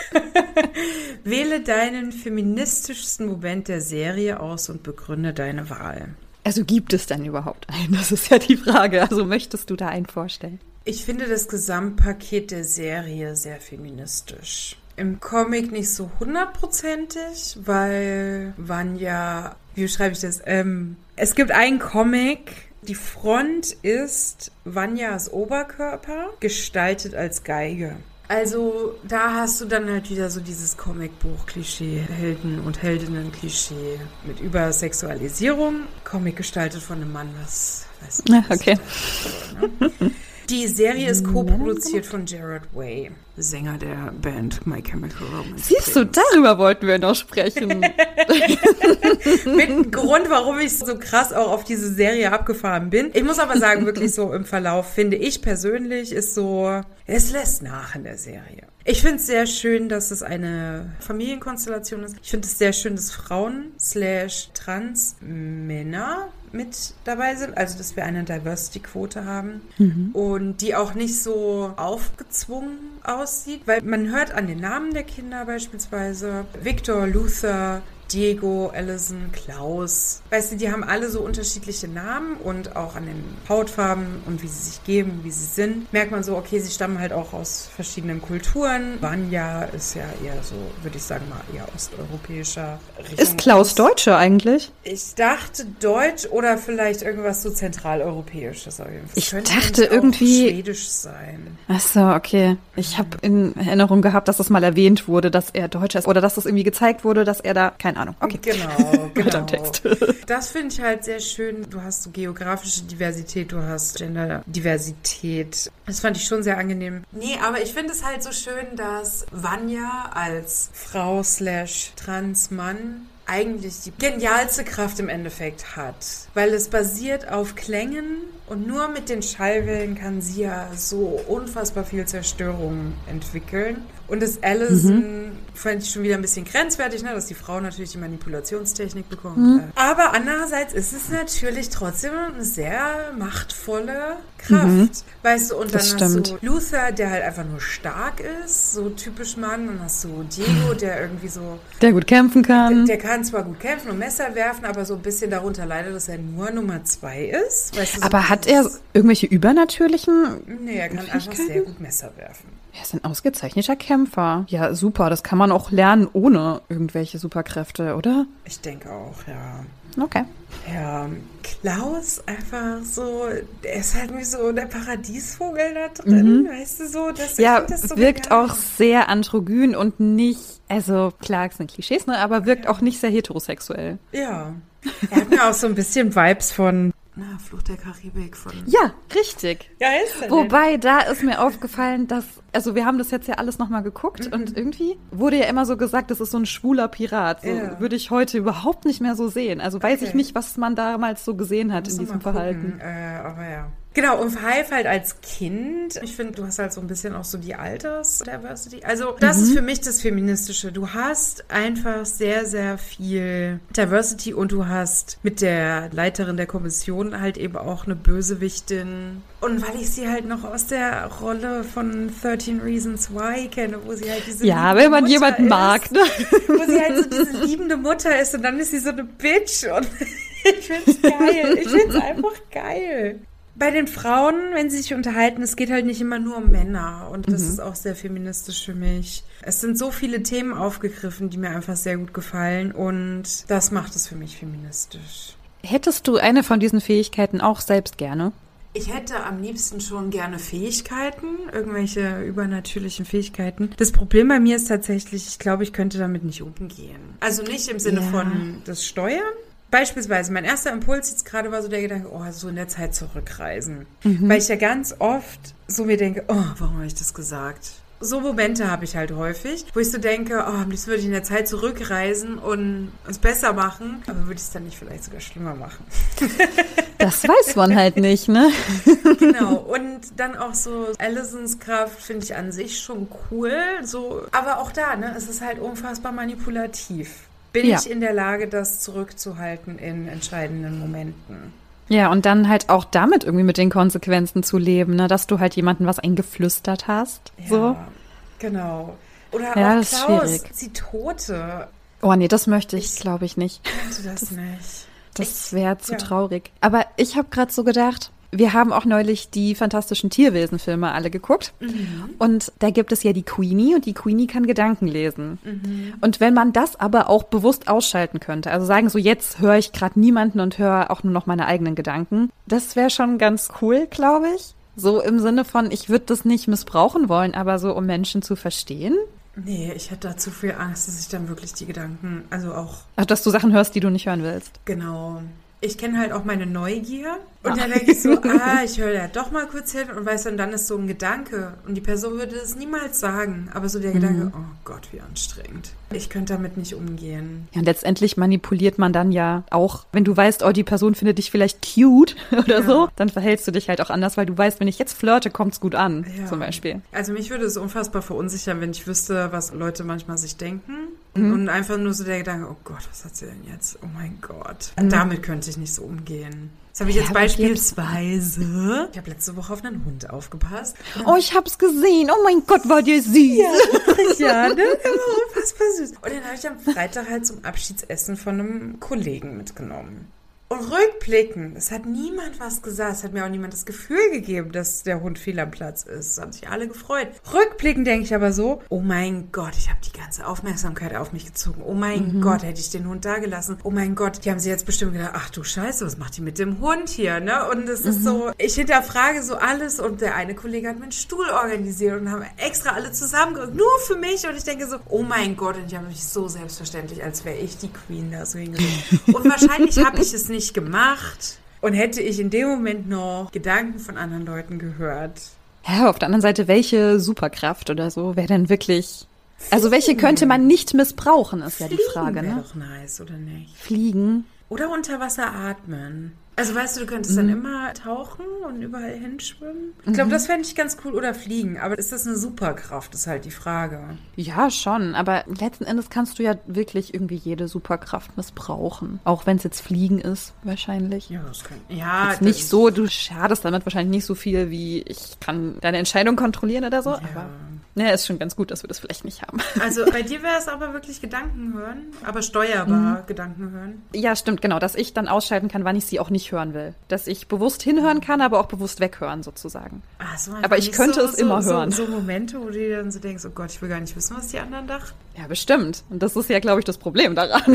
Wähle deinen feministischsten Moment der Serie aus und begründe deine Wahl. Also gibt es denn überhaupt einen? Das ist ja die Frage. Also möchtest du da einen vorstellen? Ich finde das Gesamtpaket der Serie sehr feministisch. Im Comic nicht so hundertprozentig, weil Vanya, wie schreibe ich das? Ähm, es gibt einen Comic, die Front ist Vanyas Oberkörper, gestaltet als Geige. Also da hast du dann halt wieder so dieses Comicbuch-Klischee, Helden- und Heldinnen-Klischee mit Übersexualisierung. Comic gestaltet von einem Mann, was weiß ich. Ja, okay. Ist, ne? Die Serie ist co-produziert von Gerard Way, Sänger der Band My Chemical Romance. Siehst du, darüber wollten wir noch sprechen. Mit dem Grund, warum ich so krass auch auf diese Serie abgefahren bin. Ich muss aber sagen, wirklich so im Verlauf, finde ich persönlich, ist so, es lässt nach in der Serie. Ich finde es sehr schön, dass es eine Familienkonstellation ist. Ich finde es sehr schön, dass Frauen slash trans Männer mit dabei sind, also dass wir eine Diversity-Quote haben mhm. und die auch nicht so aufgezwungen aussieht, weil man hört an den Namen der Kinder beispielsweise Victor, Luther, Diego, Allison, Klaus. Weißt du, die haben alle so unterschiedliche Namen und auch an den Hautfarben und wie sie sich geben, wie sie sind, merkt man so, okay, sie stammen halt auch aus verschiedenen Kulturen. Vanya ist ja eher so, würde ich sagen mal, eher osteuropäischer Richtung. Ist Klaus Deutsche eigentlich? Ich dachte Deutsch oder vielleicht irgendwas so zentraleuropäisches. Ich dachte irgendwie Schwedisch sein. Ach so, okay. Ich habe in Erinnerung gehabt, dass das mal erwähnt wurde, dass er Deutsch ist oder dass das irgendwie gezeigt wurde, dass er da, keine Ahnung. Okay. Genau, genau. Text. Das finde ich halt sehr schön. Du hast so geografische Diversität, du hast Genderdiversität. Das fand ich schon sehr angenehm. Nee, aber ich finde es halt so schön, dass Vanya als Frau slash Transmann eigentlich die genialste Kraft im Endeffekt hat. Weil es basiert auf Klängen und nur mit den Schallwellen kann sie ja so unfassbar viel Zerstörung entwickeln. Und das Allison mhm. fand ich schon wieder ein bisschen grenzwertig, ne, dass die Frau natürlich die Manipulationstechnik bekommt. Mhm. Aber andererseits ist es natürlich trotzdem eine sehr machtvolle Kraft. Mhm. Weißt du, und dann hast du Luther, der halt einfach nur stark ist, so typisch Mann. Und hast du Diego, der irgendwie so... Der gut kämpfen kann. Der, der kann zwar gut kämpfen und Messer werfen, aber so ein bisschen darunter leidet, dass er nur Nummer zwei ist. Weißt du, so aber hat er irgendwelche übernatürlichen Nee, er kann einfach sehr gut Messer werfen. Er ist ein ausgezeichneter Kämpfer. Ja, super. Das kann man auch lernen ohne irgendwelche Superkräfte, oder? Ich denke auch, ja. Okay. Ja, Klaus einfach so, der ist halt wie so der Paradiesvogel da drin, mhm. weißt du so. Das, ja, das so wirkt genial. auch sehr androgyn und nicht, also klar, es sind Klischees, ne, aber wirkt ja. auch nicht sehr heterosexuell. Ja. Er hat mir auch so ein bisschen Vibes von Na, Fluch der Karibik von... Ja, richtig. Ja, ist er Wobei, denn? Da ist mir aufgefallen, dass, also wir haben das jetzt ja alles nochmal geguckt mhm. und irgendwie wurde ja immer so gesagt, das ist so ein schwuler Pirat. So ja. würde ich heute überhaupt nicht mehr so sehen. Also weiß okay. ich nicht, was man damals so gesehen hat in diesem Verhalten. Äh, aber ja. Genau, und Five halt als Kind. Ich finde, du hast halt so ein bisschen auch so die Alters-Diversity. Also das mhm. ist für mich das Feministische. Du hast einfach sehr, sehr viel Diversity und du hast mit der Leiterin der Kommission halt eben auch eine Bösewichtin. Und weil ich sie halt noch aus der Rolle von thirteen Reasons Why kenne, wo sie halt diese Ja, wenn man Mutter jemanden ist, mag, ne? Wo sie halt so diese liebende Mutter ist und dann ist sie so eine Bitch und ich find's geil. Ich find's einfach geil. Bei den Frauen, wenn sie sich unterhalten, es geht halt nicht immer nur um Männer und das mhm. ist auch sehr feministisch für mich. Es sind so viele Themen aufgegriffen, die mir einfach sehr gut gefallen und das macht es für mich feministisch. Hättest du eine von diesen Fähigkeiten auch selbst gerne? Ich hätte am liebsten schon gerne Fähigkeiten, irgendwelche übernatürlichen Fähigkeiten. Das Problem bei mir ist tatsächlich, ich glaube, ich könnte damit nicht umgehen. Also nicht im Sinne ja. von das Steuern. Beispielsweise, mein erster Impuls jetzt gerade war so der Gedanke, oh, so in der Zeit zurückreisen. Mhm. Weil ich ja ganz oft so mir denke, oh, warum habe ich das gesagt? So Momente habe ich halt häufig, wo ich so denke, oh, am liebsten würde ich in der Zeit zurückreisen und es besser machen. Aber würde ich es dann nicht vielleicht sogar schlimmer machen? Das weiß man halt nicht, ne? Genau. Und dann auch so Allisons Kraft finde ich an sich schon cool. So, aber auch da, ne, es ist halt unfassbar manipulativ. Bin ja. ich in der Lage, das zurückzuhalten in entscheidenden Momenten? Ja, und dann halt auch damit irgendwie mit den Konsequenzen zu leben, ne? Dass du halt jemandem was eingeflüstert hast. Ja, so. Genau. Oder ja, auch das ist Klaus, schwierig. die Tote. Oh nee, das möchte ich, ich glaube ich, nicht. Könnte das, das nicht. Das wäre zu ja. traurig. Aber ich habe gerade so gedacht, wir haben auch neulich die Fantastischen Tierwesen-Filme alle geguckt. Mhm. Und da gibt es ja die Queenie und die Queenie kann Gedanken lesen. Mhm. Und wenn man das aber auch bewusst ausschalten könnte, also sagen so, jetzt höre ich gerade niemanden und höre auch nur noch meine eigenen Gedanken, das wäre schon ganz cool, glaube ich. So im Sinne von, ich würde das nicht missbrauchen wollen, aber so, um Menschen zu verstehen. Nee, ich hätte da zu viel Angst, dass ich dann wirklich die Gedanken, also auch... Ach, dass du Sachen hörst, die du nicht hören willst. Genau. Ich kenne halt auch meine Neugier und dann denke ich so, ah, ich höre ja doch mal kurz hin und weißt du, und dann ist so ein Gedanke und die Person würde es niemals sagen, aber so der Gedanke, mhm. oh Gott, wie anstrengend. Ich könnte damit nicht umgehen. Ja, und letztendlich manipuliert man dann ja auch, wenn du weißt, oh, die Person findet dich vielleicht cute oder ja. so, dann verhältst du dich halt auch anders, weil du weißt, wenn ich jetzt flirte, kommt's gut an, ja. zum Beispiel. Also mich würde es unfassbar verunsichern, wenn ich wüsste, was Leute manchmal sich denken. Mhm. Und einfach nur so der Gedanke, oh Gott, was hat sie denn jetzt? Oh mein Gott. Mhm. Damit könnte ich nicht so umgehen. Das habe ich jetzt ja, beispielsweise. Ich habe letzte Woche auf einen Hund aufgepasst. Oh, ich hab's gesehen. Oh mein Gott, war der süß. Ja, ja, ne? Was war süß. Und den habe ich am Freitag halt zum Abschiedsessen von einem Kollegen mitgenommen. Und rückblickend, es hat niemand was gesagt, es hat mir auch niemand das Gefühl gegeben, dass der Hund fehl am Platz ist. Es haben sich alle gefreut. Rückblickend denke ich aber so, oh mein Gott, ich habe die ganze Aufmerksamkeit auf mich gezogen. Oh mein mhm. Gott, hätte ich den Hund da gelassen. Oh mein Gott, die haben sich jetzt bestimmt gedacht, ach du Scheiße, was macht die mit dem Hund hier, ne? Und es mhm. ist so, ich hinterfrage so alles und der eine Kollege hat mir einen Stuhl organisiert und haben extra alle zusammengerückt, nur für mich. Und ich denke so, oh mein Gott, und die haben mich so selbstverständlich, als wäre ich die Queen da so hingesetzt. Und wahrscheinlich habe ich es nicht gemacht und hätte ich in dem Moment noch Gedanken von anderen Leuten gehört. Ja, auf der anderen Seite, welche Superkraft oder so wäre denn wirklich, Fliegen. Also welche könnte man nicht missbrauchen, ist Fliegen ja die Frage, ne? Doch nice, oder nicht? Fliegen. Oder unter Wasser atmen. Also weißt du, du könntest mhm. dann immer tauchen und überall hinschwimmen. Ich glaube, mhm. das fände ich ganz cool. Oder fliegen. Aber ist das eine Superkraft, ist halt die Frage. Ja, schon. Aber letzten Endes kannst du ja wirklich irgendwie jede Superkraft missbrauchen. Auch wenn es jetzt Fliegen ist, wahrscheinlich. Ja, das kann... Ja, jetzt nicht so, du schadest damit wahrscheinlich nicht so viel, wie ich kann deine Entscheidung kontrollieren oder so. Ja. Aber naja, ist schon ganz gut, dass wir das vielleicht nicht haben. Also bei dir wäre es aber wirklich Gedanken hören, aber steuerbar mhm. Gedanken hören. Ja, stimmt, genau. Dass ich dann ausschalten kann, wann ich sie auch nicht hören will. Dass ich bewusst hinhören kann, aber auch bewusst weghören sozusagen. Ach, so aber ich könnte so, es immer so, hören. So, so Momente, wo du dir dann so denkst, oh Gott, ich will gar nicht wissen, was die anderen dachten. Ja, bestimmt. Und das ist ja, glaube ich, das Problem daran.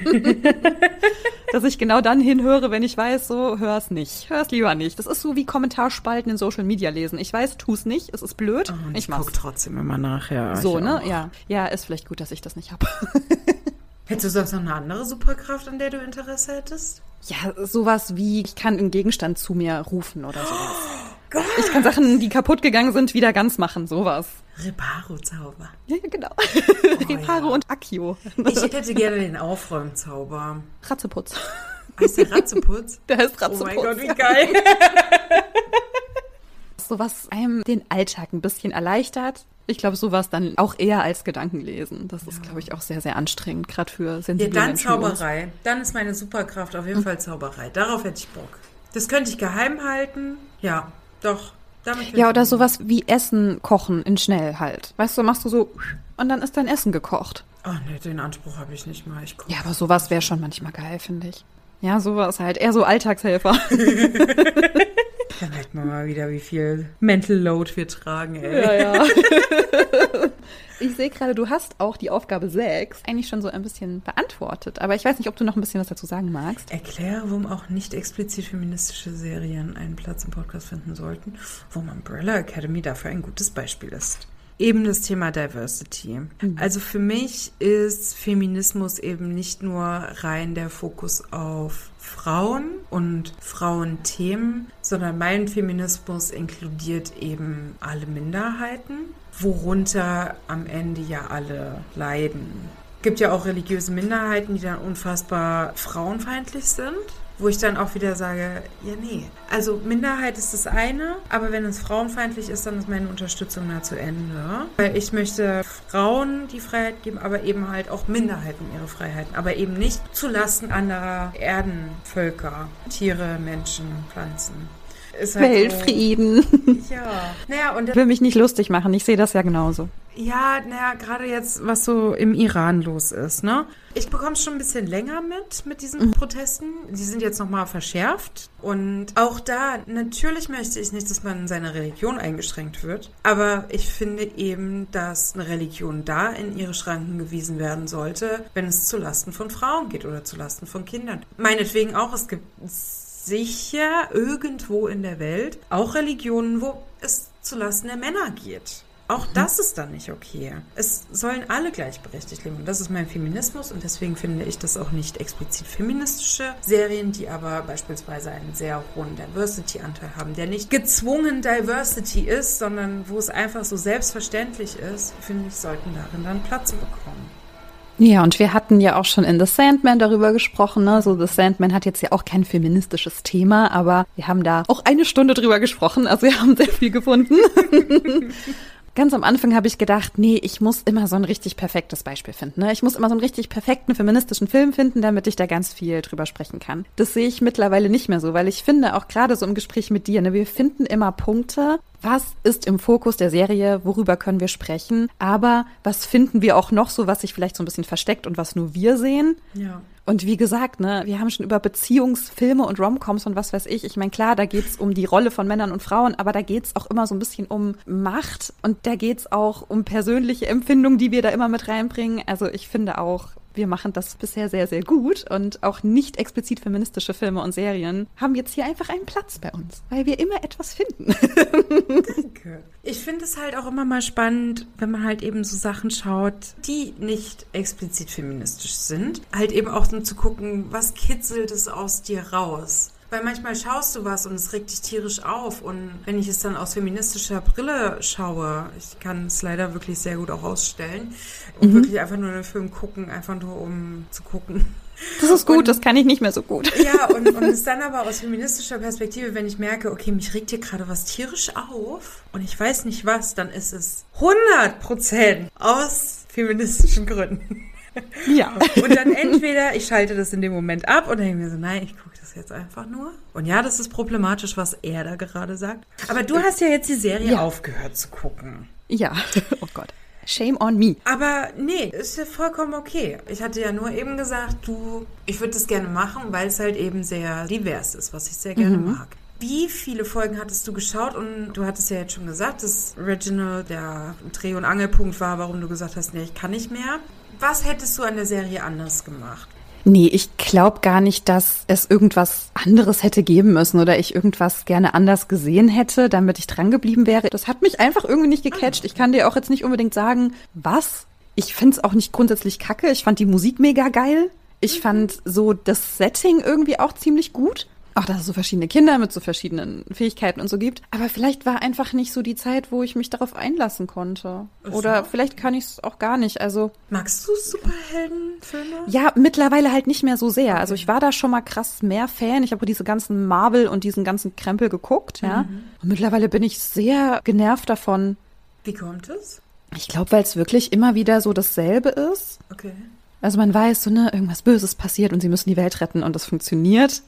Dass ich genau dann hinhöre, wenn ich weiß, so, hör's nicht. Hör's lieber nicht. Das ist so wie Kommentarspalten in Social Media lesen. Ich weiß, tu's nicht, es ist blöd. Oh, ich ich guck trotzdem immer nachher. So, ne? Ja. Ja, ist vielleicht gut, dass ich das nicht habe. Hättest du sonst noch eine andere Superkraft, an der du Interesse hättest? Ja, sowas wie, ich kann einen Gegenstand zu mir rufen oder sowas. Oh, ich kann Sachen, die kaputt gegangen sind, wieder ganz machen, sowas. Reparo-Zauber. Ja, genau. Oh, Reparo ja. Und Accio. Ich hätte gerne den Aufräumzauber. Ratzeputz. Heißt der Ratzeputz? Der heißt Ratzeputz. Oh mein Gott, wie geil. So was einem den Alltag ein bisschen erleichtert. Ich glaube, sowas dann auch eher als Gedankenlesen. Das ist, ja. glaube ich, auch sehr, sehr anstrengend, gerade für sensible Ja, dann Menschen. Zauberei. Dann ist meine Superkraft auf jeden mhm. Fall Zauberei. Darauf hätte ich Bock. Das könnte ich geheim halten. Ja, doch. Damit ja, oder sowas wie Essen kochen in schnell halt. Weißt du, machst du so und dann ist dein Essen gekocht. Ach nee, den Anspruch habe ich nicht mal. Ich ja, aber sowas wäre schon manchmal geil, finde ich. Ja, sowas halt. Eher so Alltagshelfer. Dann merkt man mal wieder, wie viel Mental Load wir tragen, ey. Ja, ja. Ich sehe gerade, du hast auch die Aufgabe sechs eigentlich schon so ein bisschen beantwortet. Aber ich weiß nicht, ob du noch ein bisschen was dazu sagen magst. Erkläre, warum auch nicht explizit feministische Serien einen Platz im Podcast finden sollten, warum Umbrella Academy dafür ein gutes Beispiel ist. Eben das Thema Diversity. Mhm. Also für mich ist Feminismus eben nicht nur rein der Fokus auf Frauen und Frauenthemen, sondern mein Feminismus inkludiert eben alle Minderheiten, worunter am Ende ja alle leiden. Es gibt ja auch religiöse Minderheiten, die dann unfassbar frauenfeindlich sind. Wo ich dann auch wieder sage, ja nee, also Minderheit ist das eine, aber wenn es frauenfeindlich ist, dann ist meine Unterstützung da zu Ende. Weil ich möchte Frauen die Freiheit geben, aber eben halt auch Minderheiten ihre Freiheiten, aber eben nicht zulasten anderer Erdenvölker, Tiere, Menschen, Pflanzen. Ist halt Weltfrieden. So, ja. Naja, und ich will mich nicht lustig machen, ich sehe das ja genauso. Ja, naja, gerade jetzt, was so im Iran los ist, ne? Ich bekomme es schon ein bisschen länger mit, mit diesen mhm. Protesten. Die sind jetzt nochmal verschärft. Und auch da, natürlich möchte ich nicht, dass man in seine Religion eingeschränkt wird. Aber ich finde eben, dass eine Religion da in ihre Schranken gewiesen werden sollte, wenn es zulasten von Frauen geht oder zulasten von Kindern. Meinetwegen auch, es gibt sicher irgendwo in der Welt auch Religionen, wo es zulasten der Männer geht. Auch das ist dann nicht okay. Es sollen alle gleichberechtigt leben. Und das ist mein Feminismus. Und deswegen finde ich das auch nicht explizit feministische Serien, die aber beispielsweise einen sehr hohen Diversity-Anteil haben, der nicht gezwungen Diversity ist, sondern wo es einfach so selbstverständlich ist, finde ich, sollten darin dann Platz bekommen. Ja, und wir hatten ja auch schon in The Sandman darüber gesprochen, ne? So The Sandman hat jetzt ja auch kein feministisches Thema, aber wir haben da auch eine Stunde drüber gesprochen, also wir haben sehr viel gefunden. Ganz am Anfang habe ich gedacht, nee, ich muss immer so ein richtig perfektes Beispiel finden. Ne? Ich muss immer so einen richtig perfekten feministischen Film finden, damit ich da ganz viel drüber sprechen kann. Das sehe ich mittlerweile nicht mehr so, weil ich finde, auch gerade so im Gespräch mit dir, ne, wir finden immer Punkte, was ist im Fokus der Serie, worüber können wir sprechen, aber was finden wir auch noch so, was sich vielleicht so ein bisschen versteckt und was nur wir sehen. Ja. Und wie gesagt, ne, wir haben schon über Beziehungsfilme und Romcoms und was weiß ich. Ich meine, klar, da geht's um die Rolle von Männern und Frauen, aber da geht's auch immer so ein bisschen um Macht und da geht's auch um persönliche Empfindungen, die wir da immer mit reinbringen. Also ich finde auch, wir machen das bisher sehr, sehr gut und auch nicht explizit feministische Filme und Serien haben jetzt hier einfach einen Platz bei uns, weil wir immer etwas finden. Danke. Ich finde es halt auch immer mal spannend, wenn man halt eben so Sachen schaut, die nicht explizit feministisch sind, halt eben auch um zu gucken, was kitzelt es aus dir raus? Weil manchmal schaust du was und es regt dich tierisch auf. Und wenn ich es dann aus feministischer Brille schaue, ich kann es leider wirklich sehr gut auch ausstellen, und mhm. wirklich einfach nur einen Film gucken, einfach nur um zu gucken. Das ist gut, und, das kann ich nicht mehr so gut. Ja, und, und es dann aber aus feministischer Perspektive, wenn ich merke, okay, mich regt hier gerade was tierisch auf und ich weiß nicht was, dann ist es hundert Prozent aus feministischen Gründen. Ja. Und dann entweder ich schalte das in dem Moment ab und denke mir so, nein, ich gucke das jetzt einfach nur. Und ja, das ist problematisch, was er da gerade sagt. Aber du hast ja jetzt die Serie ja. aufgehört zu gucken. Ja, oh Gott. Shame on me. Aber nee, ist ja vollkommen okay. Ich hatte ja nur eben gesagt, du, ich würde das gerne machen, weil es halt eben sehr divers ist, was ich sehr gerne mhm. mag. Wie viele Folgen hattest du geschaut? Und du hattest ja jetzt schon gesagt, dass Reginald der Dreh- und Angelpunkt war, warum du gesagt hast, nee, ich kann nicht mehr. Was hättest du an der Serie anders gemacht? Nee, ich glaube gar nicht, dass es irgendwas anderes hätte geben müssen oder ich irgendwas gerne anders gesehen hätte, damit ich dran geblieben wäre. Das hat mich einfach irgendwie nicht gecatcht. Ich kann dir auch jetzt nicht unbedingt sagen, was. Ich find's auch nicht grundsätzlich kacke. Ich fand die Musik mega geil. Ich fand so das Setting irgendwie auch ziemlich gut. Auch, dass es so verschiedene Kinder mit so verschiedenen Fähigkeiten und so gibt. Aber vielleicht war einfach nicht so die Zeit, wo ich mich darauf einlassen konnte. Oder vielleicht kann ich es auch gar nicht. Also magst du Superheldenfilme? Ja, mittlerweile halt nicht mehr so sehr. Okay. Also ich war da schon mal krass mehr Fan. Ich habe diese ganzen Marvel und diesen ganzen Krempel geguckt. Ja. Mhm. Und mittlerweile bin ich sehr genervt davon. Wie kommt es? Ich glaube, weil es wirklich immer wieder so dasselbe ist. Okay. Also man weiß so, ne, irgendwas Böses passiert und sie müssen die Welt retten und das funktioniert.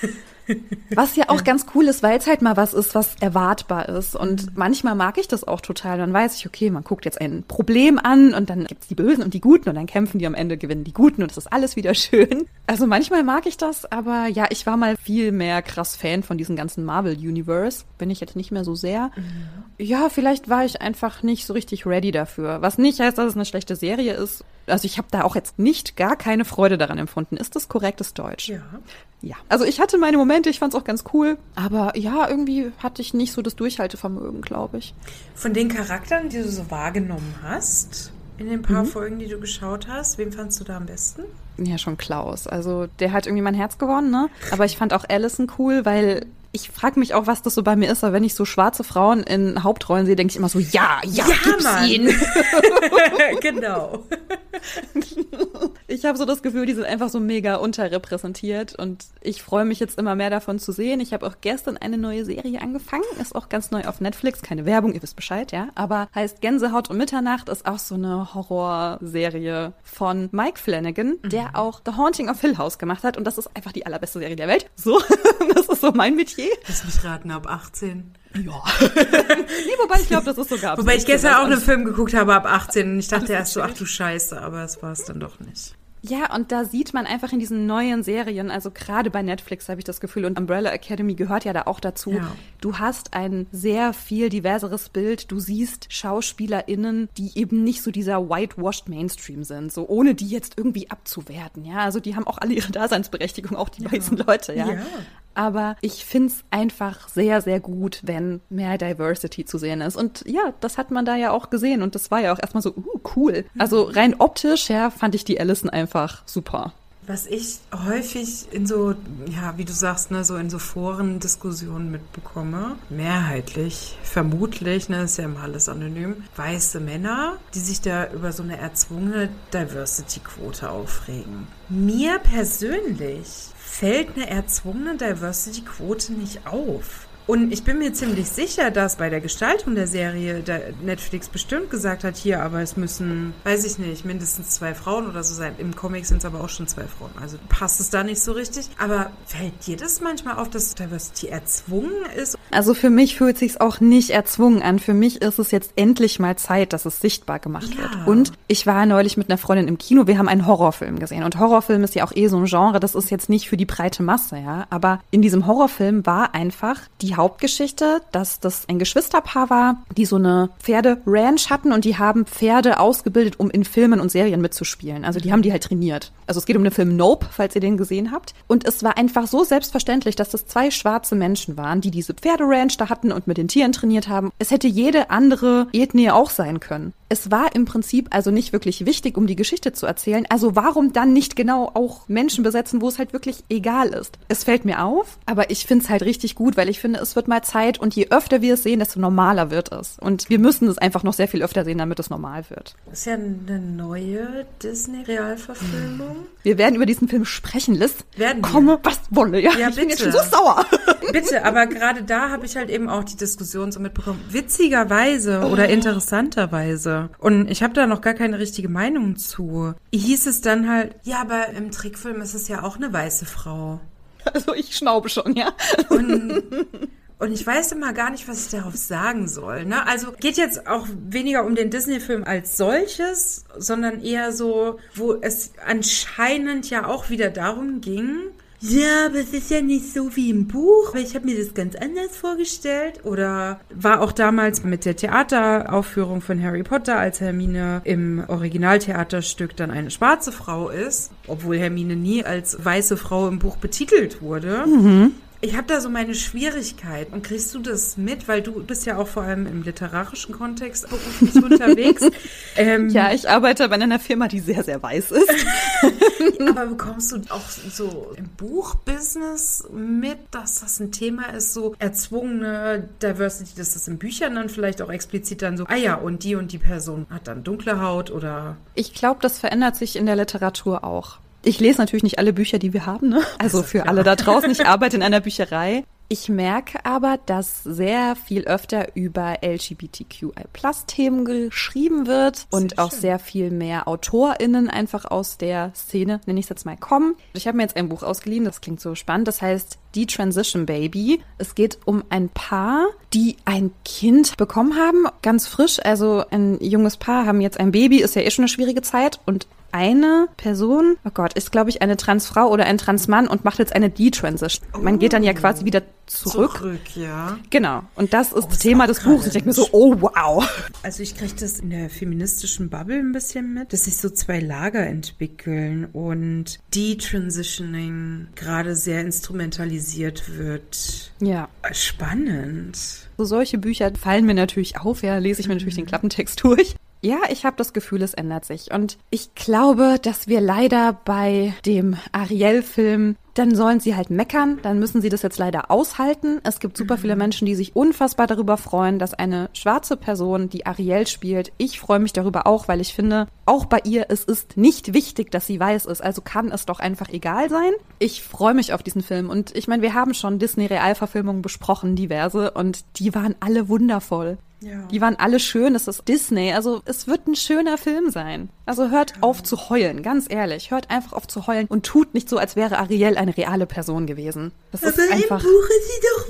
Was ja auch ganz cool ist, weil es halt mal was ist, was erwartbar ist. Und mhm. manchmal mag ich das auch total. Dann weiß ich, okay, man guckt jetzt ein Problem an und dann gibt's die Bösen und die Guten und dann kämpfen die am Ende, gewinnen die Guten und es ist alles wieder schön. Also manchmal mag ich das, aber ja, ich war mal viel mehr krass Fan von diesem ganzen Marvel-Universe. Bin ich jetzt nicht mehr so sehr. Mhm. Ja, vielleicht war ich einfach nicht so richtig ready dafür. Was nicht heißt, dass es eine schlechte Serie ist. Also ich habe da auch jetzt nicht gar keine Freude daran empfunden. Ist das korrektes Deutsch? Ja. Ja, also ich hatte meine Momente, ich fand es auch ganz cool, aber ja, irgendwie hatte ich nicht so das Durchhaltevermögen, glaube ich. Von den Charakteren, die du so wahrgenommen hast, in den paar mhm. Folgen, die du geschaut hast, wen fandst du da am besten? Ja, schon Klaus. Also der hat irgendwie mein Herz gewonnen, ne? Aber ich fand auch Allison cool, weil ich frage mich auch, was das so bei mir ist, aber wenn ich so schwarze Frauen in Hauptrollen sehe, denke ich immer so, ja, ja, ja gib's Mann. ihnen. Genau. Ich habe so das Gefühl, die sind einfach so mega unterrepräsentiert und ich freue mich jetzt immer mehr davon zu sehen. Ich habe auch gestern eine neue Serie angefangen, ist auch ganz neu auf Netflix, keine Werbung, ihr wisst Bescheid, ja, aber heißt Gänsehaut um Mitternacht, ist auch so eine Horrorserie von Mike Flanagan, mhm. der auch The Haunting of Hill House gemacht hat und das ist einfach die allerbeste Serie der Welt. So, das ist so mein Metier. Lass mich raten, ab achtzehn. Ja. Nee, wobei ich glaube, das ist sogar ab Wobei ich gestern auch einen Film geguckt habe ab achtzehn und ich dachte erst so, ach du Scheiße, aber es war es dann doch nicht. Ja, und da sieht man einfach in diesen neuen Serien, also gerade bei Netflix habe ich das Gefühl, und Umbrella Academy gehört ja da auch dazu, ja. Du hast ein sehr viel diverseres Bild, du siehst SchauspielerInnen, die eben nicht so dieser whitewashed Mainstream sind, so ohne die jetzt irgendwie abzuwerten, ja, also die haben auch alle ihre Daseinsberechtigung, auch die ja. weißen Leute, ja. ja. Aber ich find's einfach sehr, sehr gut, wenn mehr Diversity zu sehen ist. Und ja, das hat man da ja auch gesehen. Und das war ja auch erstmal so, uh, cool. Also rein optisch, ja, fand ich die Allison einfach super. Was ich häufig in so, ja, wie du sagst, ne, so in so Foren-Diskussionen mitbekomme, mehrheitlich, vermutlich, ne, ist ja immer alles anonym, weiße Männer, die sich da über so eine erzwungene Diversity-Quote aufregen. Mir persönlich fällt eine erzwungene Diversity-Quote nicht auf. Und ich bin mir ziemlich sicher, dass bei der Gestaltung der Serie der Netflix bestimmt gesagt hat, hier, aber es müssen, weiß ich nicht, mindestens zwei Frauen oder so sein. Im Comic sind es aber auch schon zwei Frauen. Also passt es da nicht so richtig. Aber fällt dir das manchmal auf, dass Diversity erzwungen ist? Also für mich fühlt es sich auch nicht erzwungen an. Für mich ist es jetzt endlich mal Zeit, dass es sichtbar gemacht Ja. wird. Und ich war neulich mit einer Freundin im Kino. Wir haben einen Horrorfilm gesehen. Und Horrorfilm ist ja auch eh so ein Genre. Das ist jetzt nicht für die breite Masse, ja. Aber in diesem Horrorfilm war einfach die Hauptgeschichte, dass das ein Geschwisterpaar war, die so eine Pferde-Ranch hatten und die haben Pferde ausgebildet, um in Filmen und Serien mitzuspielen. Also die haben die halt trainiert. Also es geht um den Film Nope, falls ihr den gesehen habt. Und es war einfach so selbstverständlich, dass das zwei schwarze Menschen waren, die diese Pferderanch da hatten und mit den Tieren trainiert haben. Es hätte jede andere Ethnie auch sein können. Es war im Prinzip also nicht wirklich wichtig, um die Geschichte zu erzählen. Also warum dann nicht genau auch Menschen besetzen, wo es halt wirklich egal ist? Es fällt mir auf, aber ich finde es halt richtig gut, weil ich finde, es wird mal Zeit und je öfter wir es sehen, desto normaler wird es. Und wir müssen es einfach noch sehr viel öfter sehen, damit es normal wird. Das ist ja eine neue Disney-Realverfilmung. Wir werden über diesen Film sprechen, Liz. Werden wir? Komme, was wolle. Ja, Ja, ich bin jetzt bitte. schon so sauer. Bitte, aber gerade da habe ich halt eben auch die Diskussion so mitbekommen. Witzigerweise oder interessanterweise. Und ich habe da noch gar keine richtige Meinung zu. Hieß es dann halt, ja, aber im Trickfilm ist es ja auch eine weiße Frau. Also ich schnaube schon, ja. Und, und ich weiß immer gar nicht, was ich darauf sagen soll. Ne? Also geht jetzt auch weniger um den Disney-Film als solches, sondern eher so, wo es anscheinend ja auch wieder darum ging, ja, aber es ist ja nicht so wie im Buch. Ich habe mir das ganz anders vorgestellt. Oder war auch damals mit der Theateraufführung von Harry Potter, als Hermine im Originaltheaterstück dann eine schwarze Frau ist, obwohl Hermine nie als weiße Frau im Buch betitelt wurde. Mhm. Ich habe da so meine Schwierigkeit. Und kriegst du das mit? Weil du bist ja auch vor allem im literarischen Kontext beruflich unterwegs. Ähm, Ja, ich arbeite bei einer Firma, die sehr, sehr weiß ist. aber bekommst du auch so im Buchbusiness mit, dass das ein Thema ist, so erzwungene Diversity, dass das in Büchern dann vielleicht auch explizit dann so, ah ja, und die und die Person hat dann dunkle Haut oder... Ich glaube, das verändert sich in der Literatur auch. Ich lese natürlich nicht alle Bücher, die wir haben, ne? Also für klar. alle da draußen. Ich arbeite in einer Bücherei. Ich merke aber, dass sehr viel öfter über L G B T Q I Plus Themen geschrieben wird und Sehr auch schön. sehr viel mehr AutorInnen einfach aus der Szene, nenne ich es jetzt mal, kommen. Ich habe mir jetzt ein Buch ausgeliehen, das klingt so spannend, das heißt Die Transition Baby. Es geht um ein Paar, die ein Kind bekommen haben, ganz frisch, also ein junges Paar haben jetzt ein Baby, ist ja eh schon eine schwierige Zeit und eine Person, oh Gott, ist glaube ich eine Transfrau oder ein Transmann und macht jetzt eine Detransition. Man geht dann ja quasi wieder zurück. Zurück, ja. Genau. Und das ist Oh, das ist Thema auch des gerade Buchs. Ich denke mir so, oh wow. Also ich kriege das in der feministischen Bubble ein bisschen mit, dass sich so zwei Lager entwickeln und Detransitioning gerade sehr instrumentalisiert wird. Ja. Spannend. So solche Bücher fallen mir natürlich auf, ja, lese ich mir natürlich den Klappentext durch. Ja, ich habe das Gefühl, es ändert sich. Und ich glaube, dass wir leider bei dem Ariel-Film, dann sollen sie halt meckern, dann müssen sie das jetzt leider aushalten. Es gibt super viele Menschen, die sich unfassbar darüber freuen, dass eine schwarze Person, die Ariel spielt, ich freue mich darüber auch, weil ich finde, auch bei ihr, es ist nicht wichtig, dass sie weiß ist, also kann es doch einfach egal sein. Ich freue mich auf diesen Film und ich meine, wir haben schon Disney-Realverfilmungen besprochen, diverse, und die waren alle wundervoll. Ja. Die waren alle schön, es ist Disney, also es wird ein schöner Film sein. Also hört auf zu heulen, ganz ehrlich. Hört einfach auf zu heulen und tut nicht so, als wäre Ariel eine reale Person gewesen. Das ist einfach. Buch ist sie doch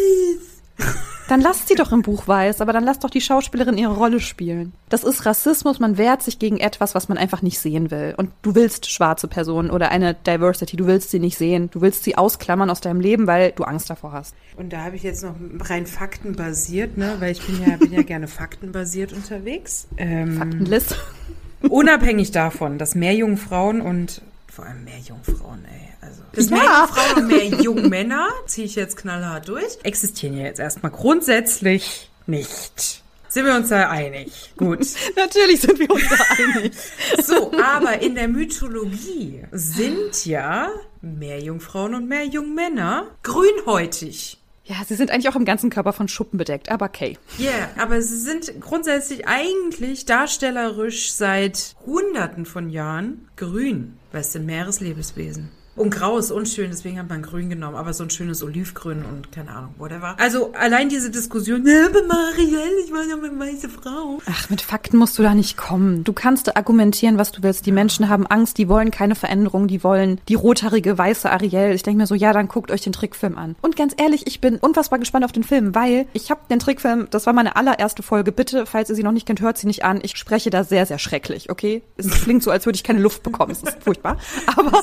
weiß. Dann lasst sie doch im Buch weiß, aber dann lasst doch die Schauspielerin ihre Rolle spielen. Das ist Rassismus, man wehrt sich gegen etwas, was man einfach nicht sehen will. Und du willst schwarze Personen oder eine Diversity, du willst sie nicht sehen. Du willst sie ausklammern aus deinem Leben, weil du Angst davor hast. Und da habe ich jetzt noch rein faktenbasiert, ne, weil ich bin ja, bin ja gerne faktenbasiert unterwegs. Ähm, Faktenlist. Unabhängig davon, dass mehr junge Frauen und vor allem mehr Jungfrauen, ey. Also, dass Ja. mehr junge Frauen und mehr junge Männer, ziehe ich jetzt knallhart durch, existieren ja jetzt erstmal grundsätzlich nicht. Sind wir uns da einig? Gut. Natürlich sind wir uns da einig. So, aber in der Mythologie sind ja mehr Jungfrauen und mehr Jungmänner grünhäutig. Ja, sie sind eigentlich auch im ganzen Körper von Schuppen bedeckt, aber okay. Ja, yeah, aber sie sind grundsätzlich eigentlich darstellerisch seit Hunderten von Jahren grün, weil es sind Meereslebewesen. Und grau ist unschön, deswegen hat man grün genommen, aber so ein schönes Olivgrün und keine Ahnung, whatever. Also allein diese Diskussion, ja, aber Marielle, ich war ja eine weiße Frau. Ach, mit Fakten musst du da nicht kommen. Du kannst argumentieren, was du willst. Die Menschen haben Angst, die wollen keine Veränderung, die wollen die rothaarige, weiße Ariel. Ich denke mir so, ja, dann guckt euch den Trickfilm an. Und ganz ehrlich, ich bin unfassbar gespannt auf den Film, weil ich habe den Trickfilm, das war meine allererste Folge. Bitte, falls ihr sie noch nicht kennt, hört sie nicht an. Ich spreche da sehr, sehr schrecklich, okay? Es klingt so, als würde ich keine Luft bekommen. Es ist furchtbar. Aber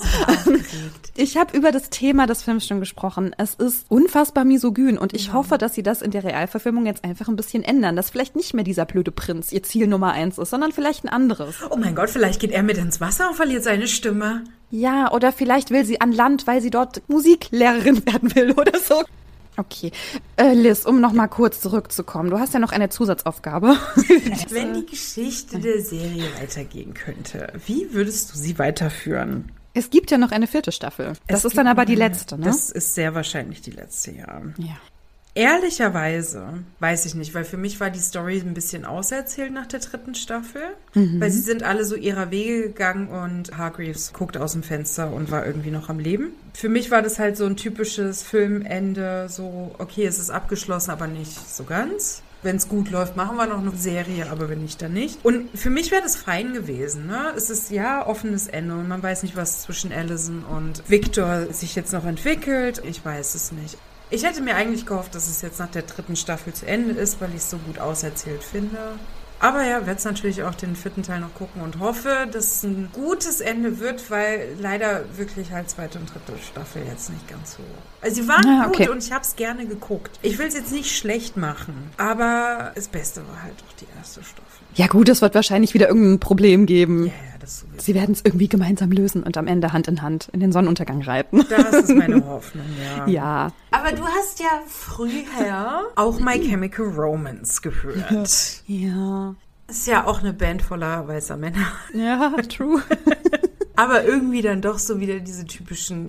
ich habe über das Thema des Films schon gesprochen. Es ist unfassbar misogyn und ich ja. hoffe, dass sie das in der Realverfilmung jetzt einfach ein bisschen ändern, dass vielleicht nicht mehr dieser blöde Prinz ihr Ziel Nummer eins ist, sondern vielleicht ein anderes. Oh mein Gott, vielleicht geht er mit ins Wasser und verliert seine Stimme. Ja, oder vielleicht will sie an Land, weil sie dort Musiklehrerin werden will oder so. Okay, äh, Liz, um noch mal kurz zurückzukommen. Du hast ja noch eine Zusatzaufgabe. Wenn die Geschichte der Serie weitergehen könnte, wie würdest du sie weiterführen? Es gibt ja noch eine vierte Staffel. Das es ist dann aber die letzte, ne? Das ist sehr wahrscheinlich die letzte, ja. Ja. Ehrlicherweise weiß ich nicht, weil für mich war die Story ein bisschen auserzählt nach der dritten Staffel, mhm. weil sie sind alle so ihrer Wege gegangen und Hargreaves guckt aus dem Fenster und war irgendwie noch am Leben. Für mich war das halt so ein typisches Filmende, so okay, es ist abgeschlossen, aber nicht so ganz. Wenn es gut läuft, machen wir noch eine Serie, aber wenn nicht, dann nicht. Und für mich wäre das fein gewesen, ne? Es ist ja offenes Ende und man weiß nicht, was zwischen Allison und Victor sich jetzt noch entwickelt. Ich weiß es nicht. Ich hätte mir eigentlich gehofft, dass es jetzt nach der dritten Staffel zu Ende ist, weil ich es so gut auserzählt finde. Aber ja, werde es natürlich auch den vierten Teil noch gucken und hoffe, dass es ein gutes Ende wird, weil leider wirklich halt zweite und dritte Staffel jetzt nicht ganz so. Also sie waren ah, okay. gut und ich habe es gerne geguckt. Ich will es jetzt nicht schlecht machen, aber das Beste war halt auch die erste Staffel. Ja gut, es wird wahrscheinlich wieder irgendein Problem geben. Ja, ja, das sowieso. Sie werden es irgendwie gemeinsam lösen und am Ende Hand in Hand in den Sonnenuntergang reiten. Das ist meine Hoffnung, ja. Ja. Aber du hast ja früher auch My Chemical Romance gehört. Ja. Ist ja auch eine Band voller weißer Männer. Ja, true. Aber irgendwie dann doch so wieder diese typischen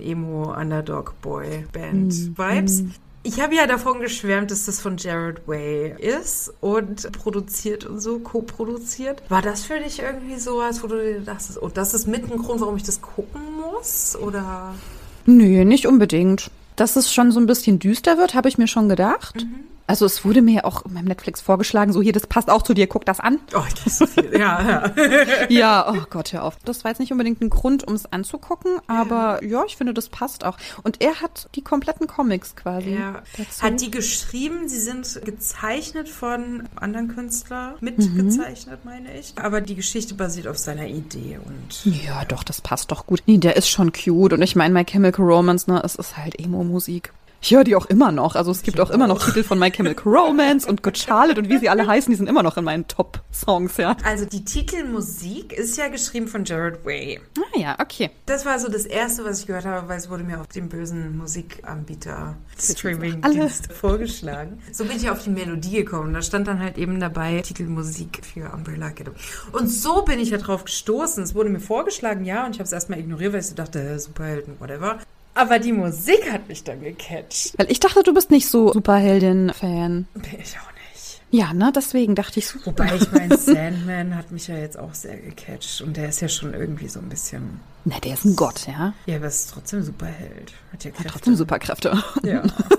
Emo-Underdog-Boy-Band-Vibes. Mm, mm. Ich habe ja davon geschwärmt, dass das von Gerard Way ist und produziert und so, co-produziert. War das für dich irgendwie sowas, wo du dir dachtest, oh, das ist mit ein Grund, warum ich das gucken muss? Oder? Nö, nicht unbedingt. Dass es schon so ein bisschen düster wird, habe ich mir schon gedacht. Mhm. Also es wurde mir ja auch in meinem Netflix vorgeschlagen, so hier, das passt auch zu dir, guck das an. Oh, das ist so viel. Ja, ja. Ja, oh Gott, hör auf. Das war jetzt nicht unbedingt ein Grund, um es anzugucken, aber ja. ja, ich finde, das passt auch. Und er hat die kompletten Comics quasi ja. dazu. Hat die geschrieben, sie sind gezeichnet von anderen Künstlern, mitgezeichnet, mhm. meine ich. Aber die Geschichte basiert auf seiner Idee und... Ja, doch, das passt doch gut. Nee, der ist schon cute und ich meine, My Chemical Romance, ne, es ist halt Emo-Musik. Ich höre die auch immer noch. Also es gibt auch immer noch Titel von My Chemical Romance und Good Charlotte und wie sie alle heißen, die sind immer noch in meinen Top-Songs, ja. Also die Titelmusik ist ja geschrieben von Gerard Way. Ah ja, okay. Das war so das Erste, was ich gehört habe, weil es wurde mir auf dem bösen Musikanbieter Streaming-Dienst vorgeschlagen. So bin ich auf die Melodie gekommen. Da stand dann halt eben dabei Titelmusik für Umbrella Academy. Und so bin ich ja drauf gestoßen. Es wurde mir vorgeschlagen, ja, und ich habe es erstmal ignoriert, weil ich so dachte, Superhelden, whatever. Aber die Musik hat mich dann gecatcht. Weil ich dachte, du bist nicht so Superheldin-Fan. Bin ich auch nicht. Ja, ne, deswegen dachte ich so. Wobei ich meine, Sandman hat mich ja jetzt auch sehr gecatcht. Und der ist ja schon irgendwie so ein bisschen... Na, der ist ein Gott, ja. Ja, aber ist trotzdem Superheld. Hat ja Kräfte. Hat trotzdem Superkräfte. Ja.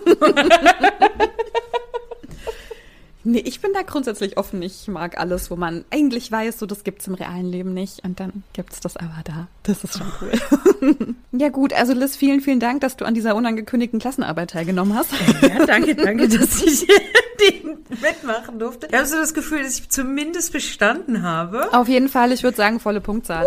Nee, ich bin da grundsätzlich offen. Ich mag alles, wo man eigentlich weiß, so das gibt's im realen Leben nicht. Und dann gibt's das aber da. Das ist schon cool. Ja gut, also Liz, vielen, vielen Dank, dass du an dieser unangekündigten Klassenarbeit teilgenommen hast. Ja, danke, danke, dass ich die mitmachen durfte. Ich habe so das Gefühl, dass ich zumindest bestanden habe. Auf jeden Fall, ich würde sagen, volle Punktzahl.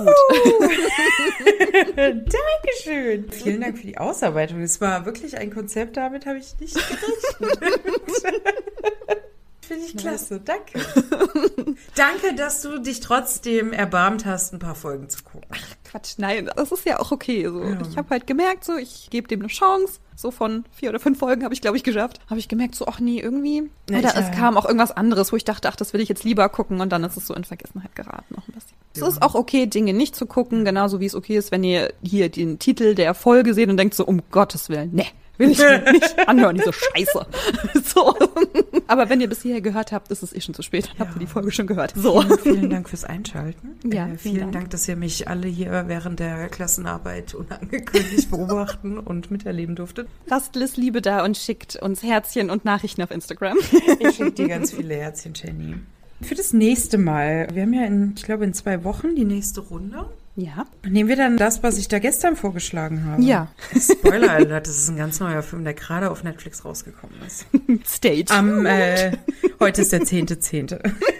Dankeschön. Vielen Dank für die Ausarbeitung. Es war wirklich ein Konzept, damit habe ich nicht gerechnet. Finde ich klasse, danke. Danke, dass du dich trotzdem erbarmt hast, ein paar Folgen zu gucken. Ach, Quatsch, nein, das ist ja auch okay. So. Ja. Ich habe halt gemerkt, so ich gebe dem eine Chance. So von vier oder fünf Folgen habe ich, glaube ich, geschafft. Habe ich gemerkt, so, ach nee, irgendwie. Ja, oder ich, es kam auch irgendwas anderes, wo ich dachte, ach, das will ich jetzt lieber gucken. Und dann ist es so in Vergessenheit geraten noch ein bisschen. Ja. Es ist auch okay, Dinge nicht zu gucken. Genauso wie es okay ist, wenn ihr hier den Titel der Folge seht und denkt so, um Gottes Willen, nee. Will ich mir nicht anhören, diese Scheiße. So. Aber wenn ihr bis hierher gehört habt, ist es eh schon zu spät. Dann ja. habt ihr die Folge schon gehört. So. Vielen, vielen Dank fürs Einschalten. Ja, äh, vielen Dank. Dank, dass ihr mich alle hier während der Klassenarbeit unangekündigt beobachten und miterleben durftet. Lasst Liz Liebe da und schickt uns Herzchen und Nachrichten auf Instagram. Ich schicke dir ganz viele Herzchen, Jenny. Für das nächste Mal, wir haben ja in, ich glaube, in zwei Wochen die nächste Runde. Ja. Nehmen wir dann das, was ich da gestern vorgeschlagen habe? Ja. Spoiler Alert, das ist ein ganz neuer Film, der gerade auf Netflix rausgekommen ist. Stay tuned. Am, äh, heute ist der zehnte zehnte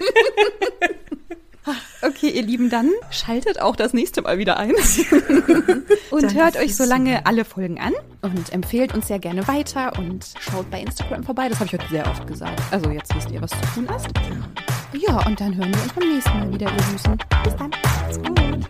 Okay, ihr Lieben, dann schaltet auch das nächste Mal wieder ein und dann hört euch so lange alle Folgen an und empfehlt uns sehr gerne weiter und schaut bei Instagram vorbei. Das habe ich heute sehr oft gesagt. Also jetzt wisst ihr, was zu tun ist. Ja, und dann hören wir uns beim nächsten Mal wieder, ihr Süßen. Bis dann. Macht's gut.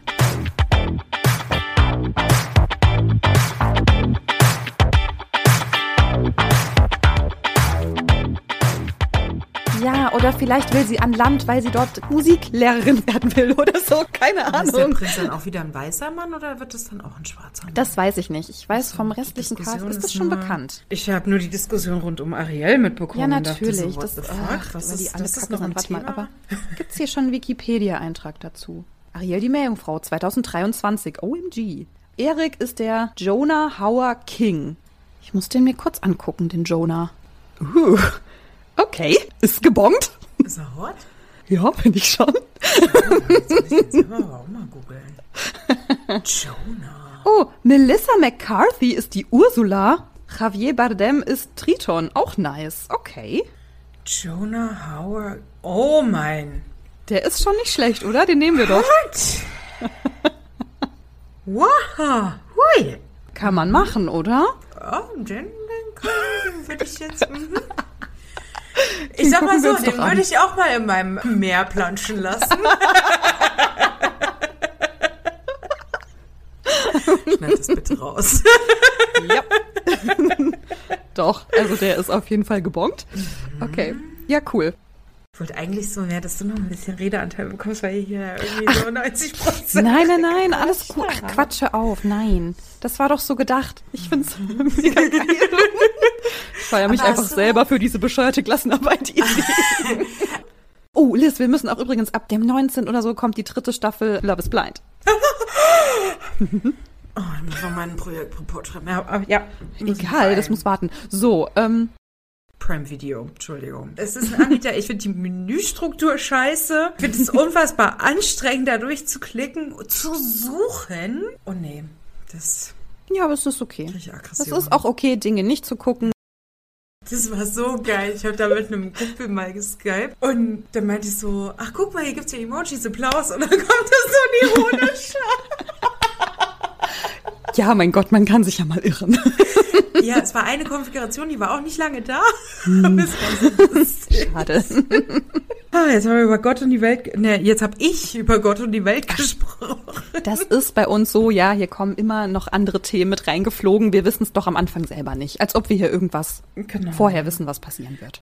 Ja, oder vielleicht will sie an Land, weil sie dort Musiklehrerin werden will oder so. Keine Ahnung. Ist der Prinz dann auch wieder ein weißer Mann oder wird das dann auch ein schwarzer Mann? Das weiß ich nicht. Ich weiß, vom restlichen Cast ist das schon nur, bekannt. Ich habe nur die Diskussion rund um Ariel mitbekommen. Ja, natürlich. Und dachte so, das, ach, was weil ist, die alle das ist Kacke noch ein sind. Warte Thema? mal, aber gibt's hier schon einen Wikipedia-Eintrag dazu? Ariel die Meerjungfrau zweitausenddreiundzwanzig. O M G. Erik ist der Jonah Hauer King. Ich muss den mir kurz angucken, den Jonah. Uh, okay. Ist gebongt. Ist er hot? Ja, bin ich schon. Oh, jetzt muss ich den selber auch mal googeln. Jonah. Oh, Melissa McCarthy ist die Ursula. Javier Bardem ist Triton. Auch nice. Okay. Jonah Howard. Oh mein. Der ist schon nicht schlecht, oder? Den nehmen wir doch. What? Wow. Hui. Kann man machen, oder? Oh, den, den, den würde ich jetzt... Mhm. Ich sag mal so, den würde ich auch mal in meinem Meer planschen lassen. Schneid das bitte raus. Ja. Doch, also der ist auf jeden Fall gebongt. Okay, ja, cool. Ich wollte eigentlich so mehr, dass du noch ein bisschen Redeanteil bekommst, weil hier irgendwie Ach, so neunzig Prozent. Nein, nein, nein, alles gut. Ach, quatsche auf, nein. Das war doch so gedacht. Ich find's mega geil. Ich feiere mich einfach so selber für diese bescheuerte Klassenarbeit. Oh, Liz, wir müssen auch übrigens ab dem neunzehnten oder so kommt die dritte Staffel Love is Blind. Oh, ich muss noch meinen Projektreport schreiben. Ja, ja egal, das muss warten. So, ähm... Prime Video, Entschuldigung. Es ist ein Anbieter, ich finde die Menüstruktur scheiße. Ich finde es unfassbar anstrengend, da durchzuklicken, zu suchen. Oh nee, das... Ja, aber es ist okay. Es ist ist auch okay, Dinge nicht zu gucken. Das war so geil. Ich habe da mit einem Kumpel mal geskypt und dann meinte ich so, ach guck mal, hier gibt's ja Emojis, Applaus und dann kommt das so ironisch. Ja, mein Gott, man kann sich ja mal irren. Ja, es war eine Konfiguration, die war auch nicht lange da. Hm. Das war so schade. Ah, jetzt haben wir über Gott und die Welt, ne, jetzt habe ich über Gott und die Welt gesprochen. Das ist bei uns so, ja, hier kommen immer noch andere Themen mit reingeflogen. Wir wissen es doch am Anfang selber nicht. Als ob wir hier irgendwas genau. vorher wissen, was passieren wird.